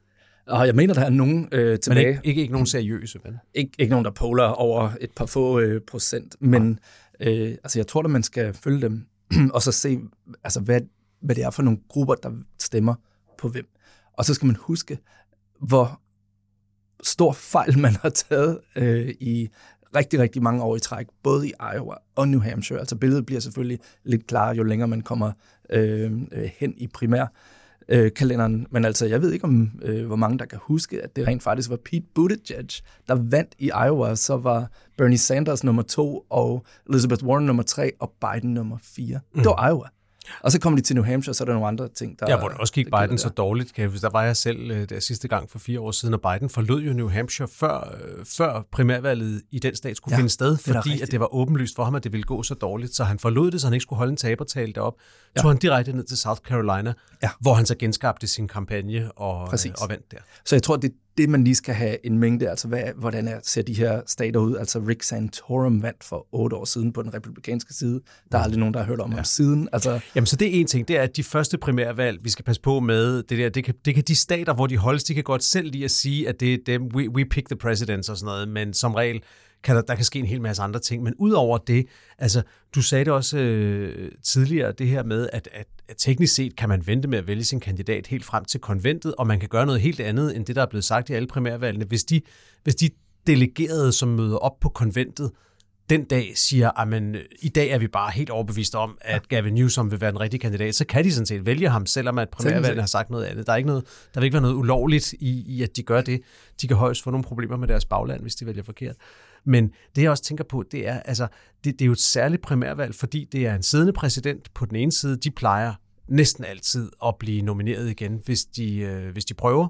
Og jeg mener, der er nogen øh, tilbage. Men ikke, ikke, ikke nogen seriøse, vel? Ikke, ikke nogen, der poler over et par få øh, procent, men øh, altså, jeg tror, at man skal følge dem, og så se, altså, hvad, hvad det er for nogle grupper, der stemmer på hvem. Og så skal man huske, hvor stor fejl man har taget øh, i rigtig, rigtig mange år i træk, både i Iowa og New Hampshire. Altså billedet bliver selvfølgelig lidt klarere, jo længere man kommer øh, hen i primærkalenderen. Men altså, jeg ved ikke, om øh, hvor mange, der kan huske, at det rent faktisk var Pete Buttigieg, der vandt i Iowa. Så var Bernie Sanders nummer to, og Elizabeth Warren nummer tre, og Biden nummer fire. Mm. Det var Iowa. Og så kommer de til New Hampshire, så er der nogle andre ting, der... Ja, hvor det også gik Biden der. Så dårligt. Kan jeg, der var jeg selv der sidste gang for fire år siden, og Biden forlod jo New Hampshire før, øh, før primærvalget i den stat skulle ja, finde sted, fordi det at det var åbenlyst for ham, at det ville gå så dårligt. Så han forlod det, så han ikke skulle holde en tabertale derop. Ja. Tog han direkte ned til South Carolina, ja. hvor han så genskabte sin kampagne og, øh, og vandt der. Så jeg tror, det det, man lige skal have en mængde, altså hvad, hvordan er, ser de her stater ud? Altså Rick Santorum vandt for otte år siden på den republikanske side. Der er aldrig nogen, der har hørt om ja. ham siden. Altså, Jamen, så det er en ting, det er, at de første primærvalg, vi skal passe på med, det der, det kan, det kan de stater, hvor de holdes, de kan godt selv lige at sige, at det er dem, we, we pick the presidents og sådan noget, men som regel, kan der, der kan ske en hel masse andre ting. Men udover det, altså, du sagde det også øh, tidligere, det her med, at, at, at teknisk set kan man vente med at vælge sin kandidat helt frem til konventet, og man kan gøre noget helt andet, end det, der er blevet sagt i alle primærvalgene. Hvis de, hvis de delegerede, som møder op på konventet, den dag siger, at i dag er vi bare helt overbevist om, at Gavin Newsom vil være den rigtige kandidat, så kan de sådan set vælge ham, selvom at primærvalgene har sagt noget andet. Der er ikke noget, der vil ikke være noget ulovligt i, i, at de gør det. De kan højst få nogle problemer med deres bagland, hvis de vælger forkert. Men det, jeg også tænker på, det er, altså, det, det er jo et særligt primærvalg, fordi det er en siddende præsident på den ene side. De plejer næsten altid at blive nomineret igen, hvis de, øh, hvis de prøver.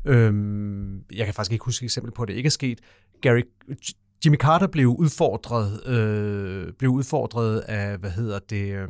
Øhm, jeg kan faktisk ikke huske et eksempel på, at det ikke er sket. Gary, Jimmy Carter blev udfordret, øh, blev udfordret af, hvad hedder det, øh,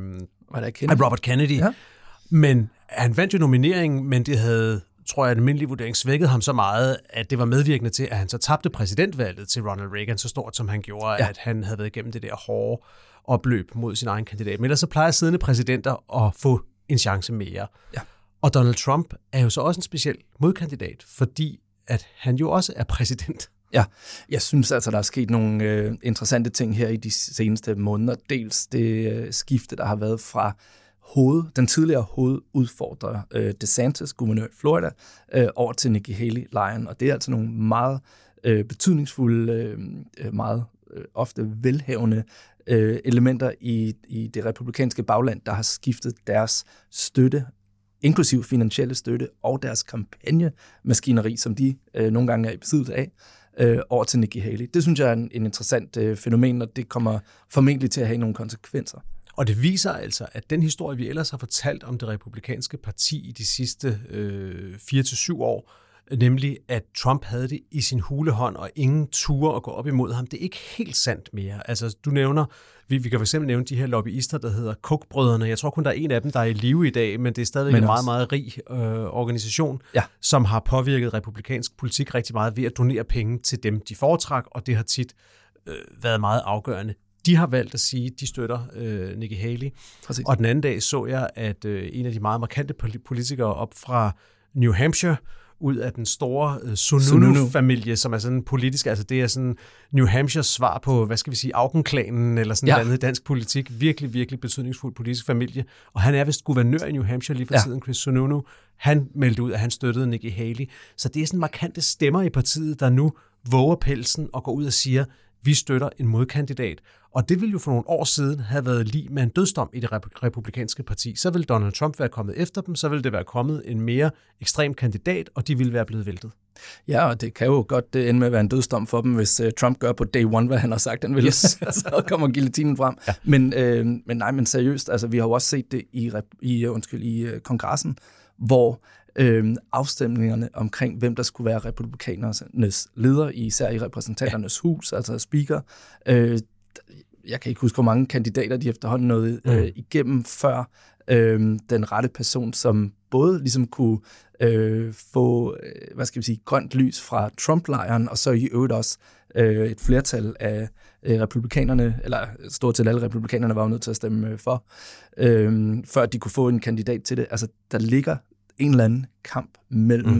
af Robert Kennedy. Ja. Men han vandt jo nomineringen, men det havde, tror jeg, en almindelig vurdering svækket ham så meget, at det var medvirkende til, at han så tabte præsidentvalget til Ronald Reagan, så stort som han gjorde, ja. at han havde været igennem det der hårde opløb mod sin egen kandidat. Men ellers så plejer siddende præsidenter at få en chance mere. Ja. Og Donald Trump er jo så også en speciel modkandidat, fordi at han jo også er præsident. Ja, jeg synes altså, der er sket nogle øh, interessante ting her i de seneste måneder. Dels det øh, skifte, der har været fra hoved, den tidligere hovedudfordrer øh, DeSantis, guvernør i Florida, øh, over til Nikki Haley-lejren. Og det er altså nogle meget øh, betydningsfulde, øh, meget øh, ofte velhavende øh, elementer i, i det republikanske bagland, der har skiftet deres støtte, inklusiv finansielle støtte og deres kampagnemaskineri, som de øh, nogle gange er i besiddelse af, øh, over til Nikki Haley. Det synes jeg er en, en interessant øh, fænomen, og det kommer formentlig til at have nogle konsekvenser. Og det viser altså, at den historie, vi ellers har fortalt om det republikanske parti i de sidste øh, fire til syv år, nemlig at Trump havde det i sin hulehånd, og ingen turde at gå op imod ham. Det er ikke helt sandt mere. Altså, du nævner, vi, vi kan for eksempel nævne de her lobbyister, der hedder Koch-brødrene. Jeg tror kun, der er en af dem, der er i live i dag, men det er stadigvæk men en meget, meget rig øh, organisation, ja. som har påvirket republikansk politik rigtig meget ved at donere penge til dem, de foretræk, og det har tit øh, været meget afgørende. De har valgt at sige, at de støtter øh, Nikki Haley. Præcis. Og den anden dag så jeg, at øh, en af de meget markante politikere op fra New Hampshire, ud af den store uh, Sununu-familie, som er sådan politisk, altså det er sådan New Hampshires svar på, hvad skal vi sige, Auken-klanen, eller sådan ja. noget andet dansk politik. Virkelig, virkelig betydningsfuld politisk familie. Og han er vist guvernør i New Hampshire lige for ja. tiden, Chris Sununu. Han meldte ud, at han støttede Nikki Haley. Så det er sådan markante stemmer i partiet, der nu våger pelsen og går ud og siger, vi støtter en modkandidat. Og det ville jo for nogle år siden have været lige med en dødsdom i det republikanske parti. Så ville Donald Trump være kommet efter dem, så ville det være kommet en mere ekstrem kandidat, og de ville være blevet væltet. Ja, og det kan jo godt ende med at være en dødsdom for dem, hvis uh, Trump gør på day one, hvad han har sagt, han vil. Yes. Så kommer guillotinen frem. Ja. Men, øh, men nej, men seriøst, altså vi har jo også set det i, i, undskyld, i uh, kongressen, hvor øh, afstemningerne omkring, hvem der skulle være republikanernes leder, især i repræsentanternes ja. hus, altså speaker, øh, jeg kan ikke huske, hvor mange kandidater de efterhånden nåede mm. øh, igennem, før øh, den rette person, som både ligesom kunne øh, få, øh, hvad skal vi sige, grønt lys fra Trump-lejren, og så i øvrigt også øh, et flertal af øh, republikanerne, eller stort set alle republikanerne var jo nødt til at stemme øh, for, øh, før de kunne få en kandidat til det. Altså, der ligger en eller anden kamp mellem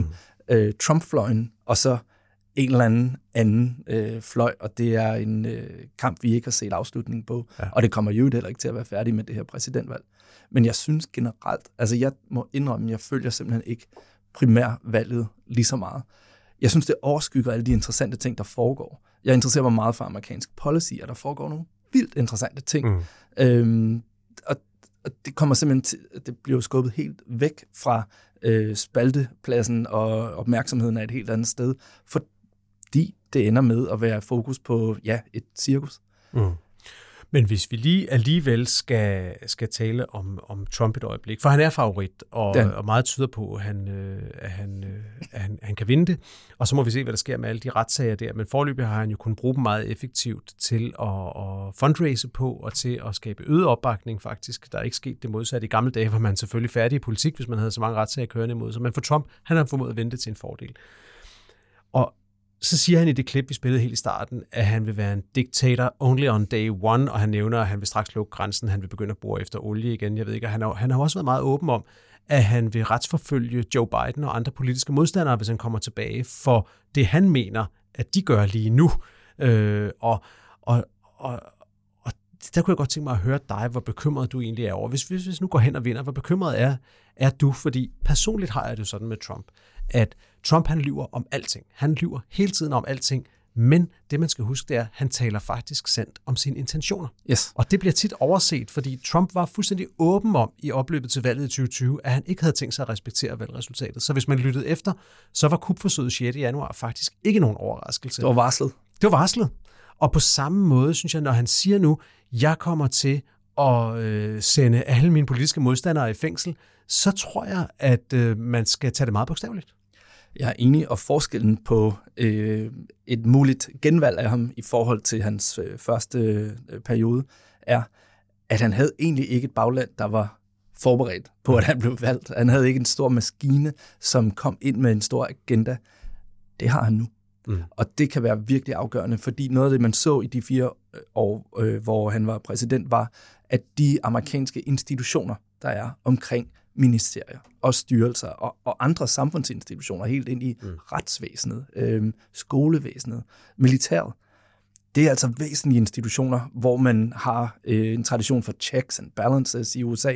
øh, Trump-fløjen, og så en eller anden anden øh, fløj, og det er en øh, kamp, vi ikke har set afslutningen på, ja. Og det kommer jo heller ikke til at være færdig med det her præsidentvalg. Men jeg synes generelt, altså jeg må indrømme, at jeg følger simpelthen ikke primærvalget lige så meget. Jeg synes, det overskygger alle de interessante ting, der foregår. Jeg interesserer mig meget for amerikansk policy, og der foregår nogle vildt interessante ting. Mm. Øhm, og, og det kommer simpelthen til, det bliver skubbet helt væk fra øh, spaltepladsen, og opmærksomheden er et helt andet sted, fordi det ender med at være fokus på, ja, et cirkus. Mm. Men hvis vi lige alligevel skal, skal tale om, om Trump et øjeblik, for han er favorit, og, og meget tyder på, at, han, øh, at, han, øh, at han, han kan vinde det. Og så må vi se, hvad der sker med alle de retssager der. Men foreløbig har han jo kunnet bruge dem meget effektivt til at, at fundraise på, og til at skabe øget opbakning faktisk. Der er ikke sket det modsatte. I gamle dage var man selvfølgelig færdig i politik, hvis man havde så mange retssager kørende imod sig. Men for Trump, han har formået at vente til en fordel. Og så siger han i det klip, vi spillede helt i starten, at han vil være en dictator only on day one, og han nævner, at han vil straks lukke grænsen, han vil begynde at bore efter olie igen. Jeg ved ikke, han har, han har også været meget åben om, at han vil retsforfølge Joe Biden og andre politiske modstandere, hvis han kommer tilbage, for det han mener, at de gør lige nu. Øh, og, og, og, og der kunne jeg godt tænke mig at høre dig, hvor bekymret du egentlig er over. Hvis, hvis, hvis nu går hen og vinder, hvor bekymret er, er du? Fordi personligt har jeg det sådan med Trump, at Trump, han lyver om alting. Han lyver hele tiden om alting, men det, man skal huske, det er, at han taler faktisk sandt om sine intentioner. Yes. Og det bliver tit overset, fordi Trump var fuldstændig åben om i opløbet til valget i tyve tyve, at han ikke havde tænkt sig at respektere valgresultatet. Så hvis man lyttede efter, så var kupforsøget sjette januar faktisk ikke nogen overraskelse. Det var varslet. Det var varslet. Og på samme måde, synes jeg, når han siger nu, jeg kommer til at øh, sende alle mine politiske modstandere i fængsel, så tror jeg, at øh, man skal tage det meget bogstaveligt. Jeg er enig, og forskellen på øh, et muligt genvalg af ham i forhold til hans øh, første øh, periode, er, at han havde egentlig ikke et bagland, der var forberedt på, at han blev valgt. Han havde ikke en stor maskine, som kom ind med en stor agenda. Det har han nu. Mm. Og det kan være virkelig afgørende, fordi noget af det, man så i de fire år, øh, hvor han var præsident, var, at de amerikanske institutioner, der er omkring ministerier og styrelser og, og andre samfundsinstitutioner, helt ind i mm. retsvæsenet, øh, skolevæsenet, militæret. Det er altså væsentlige institutioner, hvor man har øh, en tradition for checks and balances i U S A.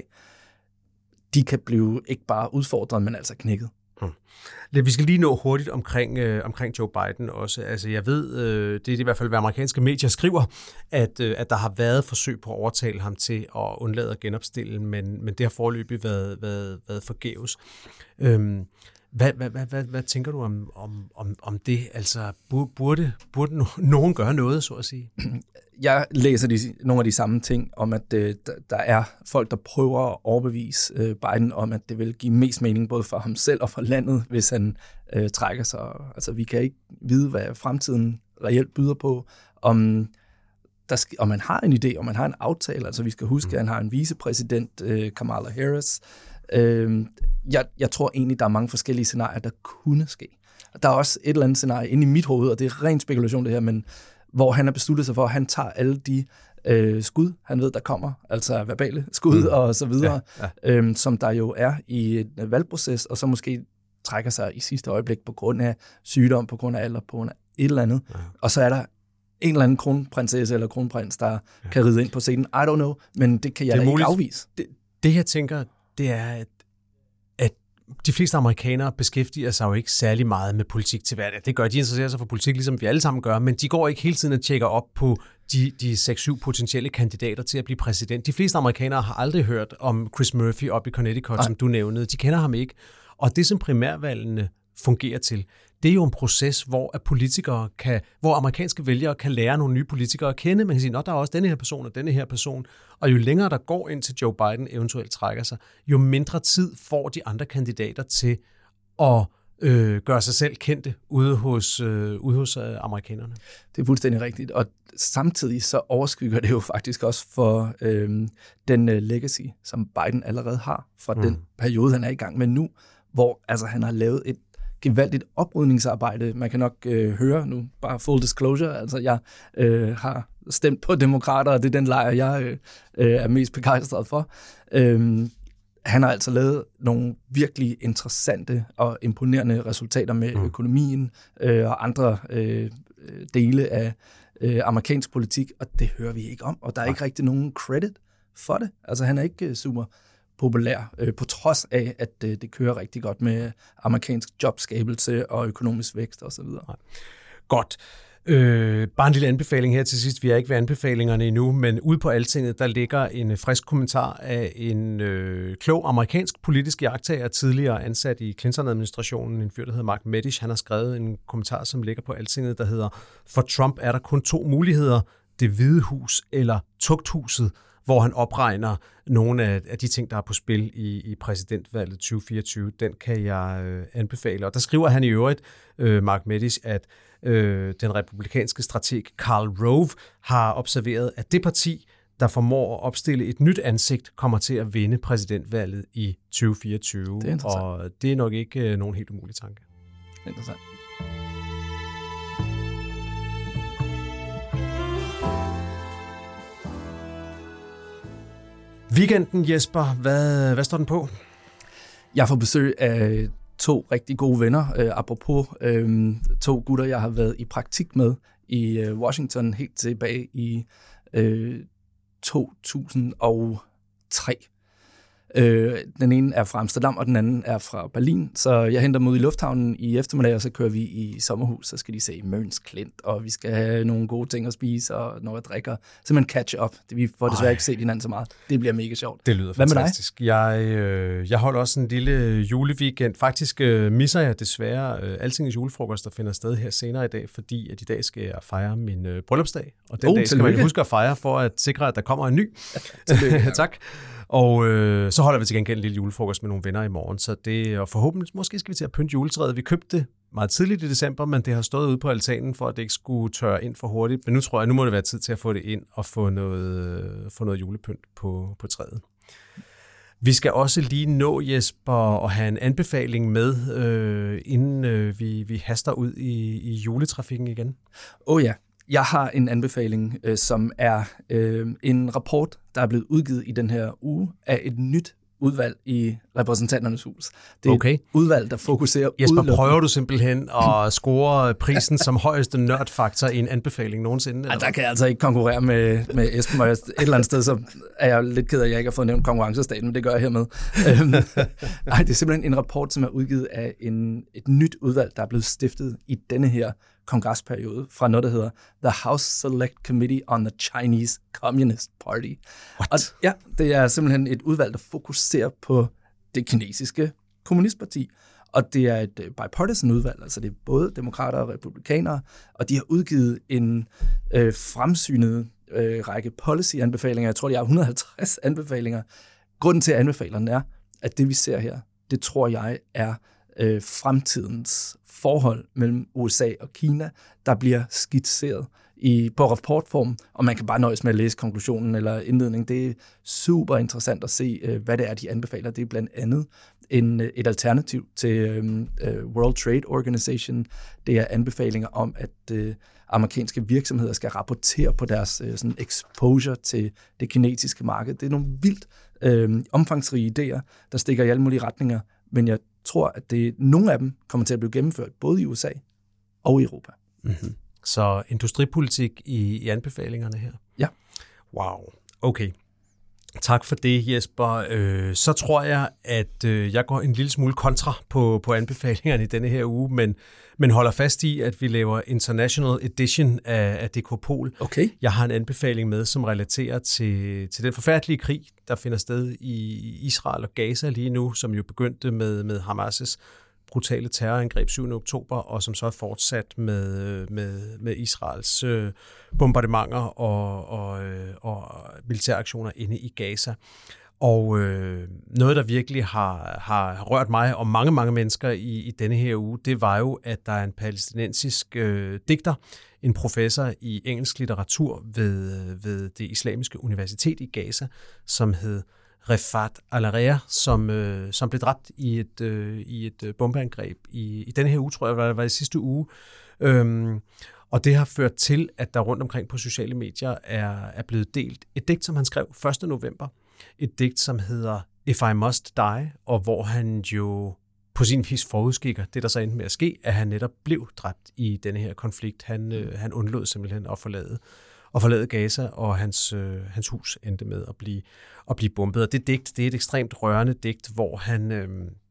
De kan blive ikke bare udfordret, men altså knækket. Hmm. Vi skal lige nå hurtigt omkring, øh, omkring Joe Biden også. Altså, jeg ved, øh, det er i hvert fald, hvad amerikanske medier skriver, at, øh, at der har været forsøg på at overtale ham til at undlade at genopstille, men, men det har foreløbig været, været, været forgæves. Øhm, hvad, hvad, hvad, hvad, hvad tænker du om, om, om, om det? Altså, burde, burde nogen gøre noget, så at sige? Jeg læser de, nogle af de samme ting om, at øh, der er folk, der prøver at overbevise øh, Biden om, at det vil give mest mening både for ham selv og for landet, hvis han øh, trækker sig. Altså, vi kan ikke vide, hvad fremtiden reelt byder på, om, der skal, om man har en idé, om man har en aftale. Altså, vi skal huske, at han har en vicepræsident, øh, Kamala Harris. Øh, jeg, jeg tror egentlig, der er mange forskellige scenarier, der kunne ske. Der er også et eller andet scenarie inde i mit hoved, og det er ren spekulation det her, men hvor han har besluttet sig for, at han tager alle de øh, skud, han ved, der kommer, altså verbale skud mm. og så videre, ja, ja. Øhm, som der jo er i et valgproces, og så måske trækker sig i sidste øjeblik på grund af sygdom, på grund af alder, på grund af et eller andet. Ja. Og så er der en eller anden kronprinsesse eller kronprins, der ja. kan ride ind på scenen. I don't know, men det kan jeg det da ikke afvise. Det, det jeg tænker, det er, at de fleste amerikanere beskæftiger sig jo ikke særlig meget med politik til hverdag. Det gør, de interesserer sig for politik, ligesom vi alle sammen gør, men de går ikke hele tiden og tjekker op på de, de seks syv potentielle kandidater til at blive præsident. De fleste amerikanere har aldrig hørt om Chris Murphy op i Connecticut, Nej. som du nævnede. De kender ham ikke. Og det, som primærvalgene fungerer til, det er jo en proces, hvor at politikere kan, hvor amerikanske vælgere kan lære nogle nye politikere at kende. Man kan sige, at der er også denne her person og denne her person. Og jo længere der går ind til Joe Biden eventuelt trækker sig, jo mindre tid får de andre kandidater til at øh, gøre sig selv kendte ude hos, øh, ude hos øh, amerikanerne. Det er fuldstændig rigtigt. Og samtidig så overskygger det jo faktisk også for øh, den øh, legacy, som Biden allerede har fra mm. den periode, han er i gang med nu, hvor altså, han har lavet et gevaldigt oprydningsarbejde. Man kan nok øh, høre nu, bare full disclosure, altså jeg øh, har stemt på demokrater, og det er den lejr, jeg øh, er mest begejstret for. Øh, han har altså lavet nogle virkelig interessante og imponerende resultater med mm. økonomien øh, og andre øh, dele af øh, amerikansk politik, og det hører vi ikke om, og der er ikke rigtig nogen credit for det. Altså han er ikke øh, super populær, øh, på trods af, at øh, det kører rigtig godt med amerikansk jobskabelse og økonomisk vækst osv. Godt. Øh, bare en lille anbefaling her til sidst. Vi er ikke ved anbefalingerne endnu, men ude på Altinget, der ligger en frisk kommentar af en øh, klog amerikansk politisk iagttager, tidligere ansat i Clinton-administrationen, en fyr, der hedder Mark Medish. Han har skrevet en kommentar, som ligger på Altinget, der hedder: For Trump er der kun to muligheder, Det Hvide Hus eller Tugthuset, hvor han opregner nogle af, af de ting, der er på spil i, i præsidentvalget tyve fireogtyve. Den kan jeg øh, anbefale. Og der skriver han i øvrigt, øh, Mark Medish, at øh, den republikanske strateg Karl Rove har observeret, at det parti, der formår at opstille et nyt ansigt, kommer til at vinde præsidentvalget i tyve fireogtyve. Det er interessant. Og det er nok ikke øh, nogen helt umulig tanke. Interessant. Weekenden, Jesper, hvad, hvad står den på? Jeg får besøg af to rigtig gode venner, øh, apropos øh, to gutter, jeg har været i praktik med i øh, Washington helt tilbage i øh, to tusind og tre. Øh, den ene er fra Amsterdam, og den anden er fra Berlin, så jeg henter dem ud i lufthavnen i eftermiddag, og så kører vi i sommerhus, så skal de se Møns Klint, og vi skal have nogle gode ting at spise, og noget at drikke, simpelthen catch up. Vi får desværre Ej. ikke set hinanden så meget. Det bliver mega sjovt. Det lyder Hvad fantastisk. Jeg, øh, jeg holder også en lille juleweekend. Faktisk øh, misser jeg desværre øh, Altingets julefrokost, der finder sted her senere i dag, fordi at i dag skal jeg fejre min øh, bryllupsdag, og den oh, dag skal man huske at fejre for at sikre, at der kommer en ny. Tillykke. Tak. Og øh, så holder vi til gengæld en lille julefrokost med nogle venner i morgen, så det, og forhåbentlig, måske skal vi til at pynte juletræet. Vi købte det meget tidligt i december, men det har stået ude på altanen, for at det ikke skulle tørre ind for hurtigt. Men nu tror jeg, nu må det være tid til at få det ind og få noget, få noget julepynt på, på træet. Vi skal også lige nå, Jesper, at have en anbefaling med, øh, inden øh, vi, vi haster ud i, i juletrafikken igen. Åh oh ja. Jeg har en anbefaling, øh, som er øh, en rapport, der er blevet udgivet i den her uge af et nyt udvalg i Repræsentanternes Hus. Det er okay. Et udvalg, der fokuserer Jesper, udelukkende. Prøver du simpelthen at score prisen som højeste nørdfaktor i en anbefaling nogensinde? Ej, der kan jeg altså ikke konkurrere med, med Esben, og et eller andet sted, så er jeg lidt ked af, at jeg ikke har fået nævnt konkurrencestaten, men det gør jeg hermed. Nej, det er simpelthen en rapport, som er udgivet af en, et nyt udvalg, der er blevet stiftet i denne her kongresperiode fra noget, der hedder The House Select Committee on the Chinese Communist Party. What? Og ja, det er simpelthen et udvalg, der fokuserer på det kinesiske kommunistparti. Og det er et bipartisan udvalg, altså det er både demokrater og republikanere, og de har udgivet en øh, fremsynet øh, række policy-anbefalinger. Jeg tror, de har et hundrede og halvtreds anbefalinger. Grunden til, at anbefalingerne er, at det, vi ser her, det tror jeg er øh, fremtidens forhold mellem U S A og Kina, der bliver skitseret i, på rapportform, og man kan bare nøjes med at læse konklusionen eller indledningen. Det er super interessant at se, hvad det er, de anbefaler. Det er blandt andet en, et alternativ til uh, World Trade Organization. Det er anbefalinger om, at uh, amerikanske virksomheder skal rapportere på deres uh, sådan exposure til det kinesiske marked. Det er nogle vildt uh, omfangsrige idéer, der stikker i alle mulige retninger, men jeg tror, at det, nogle af dem kommer til at blive gennemført både i U S A og i Europa. Mm-hmm. Så industripolitik i, i anbefalingerne her? Ja. Wow, okay. Tak for det, Jesper. Øh, så tror jeg, at øh, jeg går en lille smule kontra på, på anbefalingerne i denne her uge, men, men holder fast i, at vi laver International Edition af, af D K Pol. Okay. Jeg har en anbefaling med, som relaterer til, til den forfærdelige krig, der finder sted i Israel og Gaza lige nu, som jo begyndte med, med Hamas' brutale terrorangreb syvende oktober, og som så er fortsat med, med, med Israels øh, bombardementer og, og, øh, og militæraktioner inde i Gaza. Og øh, noget, der virkelig har, har rørt mig og mange, mange mennesker i, i denne her uge, det var jo, at der er en palæstinensisk øh, digter, en professor i engelsk litteratur ved, ved det islamiske universitet i Gaza, som hed Refat Al-Area, som, øh, som blev dræbt i et, øh, i et bombeangreb i, i denne her uge, tror jeg, var, var i sidste uge. Øhm, og det har ført til, at der rundt omkring på sociale medier er, er blevet delt et digt, som han skrev første november. Et digt, som hedder If I Must Die, og hvor han jo på sin vis forudskikker det, der så endte med at ske, at han netop blev dræbt i denne her konflikt. Han, øh, han undlod simpelthen at forlade, at forlade Gaza, og hans, øh, hans hus endte med at blive, at blive bombet. Og det digt, det er et ekstremt rørende digt, hvor han, øh,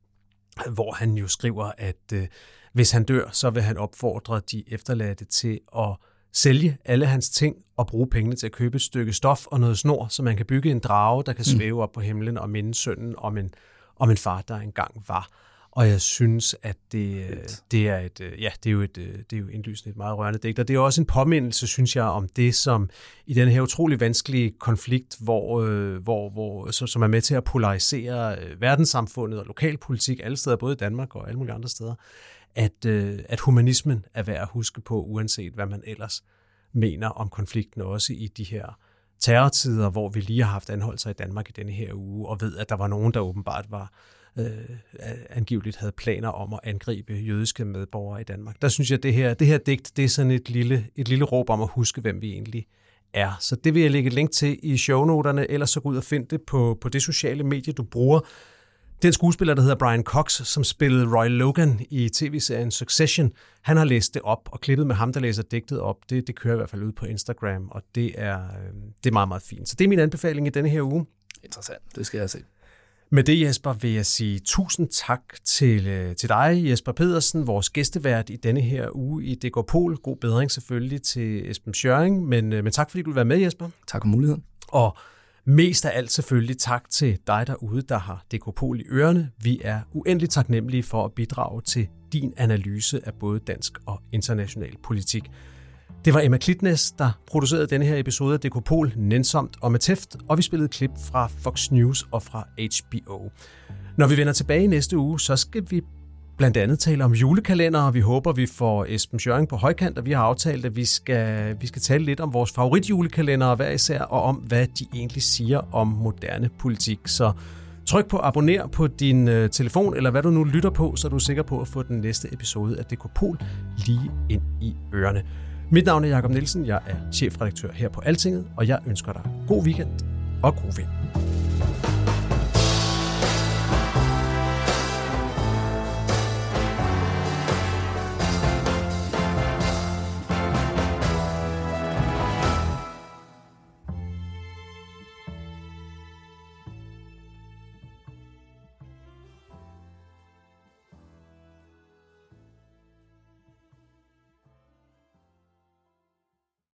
hvor han jo skriver, at øh, hvis han dør, så vil han opfordre de efterladte til at sælge alle hans ting og bruge pengene til at købe et stykke stof og noget snor, så man kan bygge en drage, der kan svæve op på himlen og minde sønnen om en, om en far, der engang var. Og jeg synes, at det, det er et, ja, det er jo et, det er jo indlysende et meget rørende digt, og det er også en påmindelse, synes jeg, om det, som i den her utrolig vanskelige konflikt, hvor, hvor, hvor, som er med til at polarisere verdenssamfundet og lokalpolitik alle steder, både i Danmark og alle mulige andre steder, at, at humanismen er værd at huske på, uanset hvad man ellers mener om konflikten, også i de her terrortider, hvor vi lige har haft anholdelser i Danmark i denne her uge, og ved, at der var nogen, der åbenbart var øh, angiveligt havde planer om at angribe jødiske medborgere i Danmark. Der synes jeg, at det her, det her digt, det er sådan et lille, et lille råb om at huske, hvem vi egentlig er. Så det vil jeg lægge et link til i shownoterne, ellers så gå ud og find det på, på det sociale medie, du bruger. Den skuespiller, der hedder Brian Cox, som spillede Roy Logan i tv-serien Succession, han har læst det op, og klippet med ham, der læser digtet op, det, det kører i hvert fald ud på Instagram, og det er, det er meget, meget fint. Så det er min anbefaling i denne her uge. Interessant, det skal jeg se. Med det, Jesper, vil jeg sige tusind tak til, til dig, Jesper Pedersen, vores gæstevært i denne her uge i D K Pol. God bedring selvfølgelig til Esben Schøring, men, men tak fordi du vil være med, Jesper. Tak for muligheden. Og mest af alt selvfølgelig tak til dig derude, der har D K Pol i ørerne. Vi er uendeligt taknemmelige for at bidrage til din analyse af både dansk og international politik. Det var Emma Klitnes, der producerede denne her episode af D K Pol nænsomt og med tæft, og vi spillede klip fra Fox News og fra H B O. Når vi vender tilbage næste uge, så skal vi blandt andet tale om julekalender, og vi håber, vi får Esben Schøring på højkant, og vi har aftalt, at vi skal, vi skal tale lidt om vores favoritjulekalender hver især, og om, hvad de egentlig siger om moderne politik. Så tryk på abonner på din øh, telefon, eller hvad du nu lytter på, så er du sikker på at få den næste episode af D K Pol lige ind i ørerne. Mit navn er Jakob Nielsen, jeg er chefredaktør her på Altinget, og jeg ønsker dig god weekend og god vind.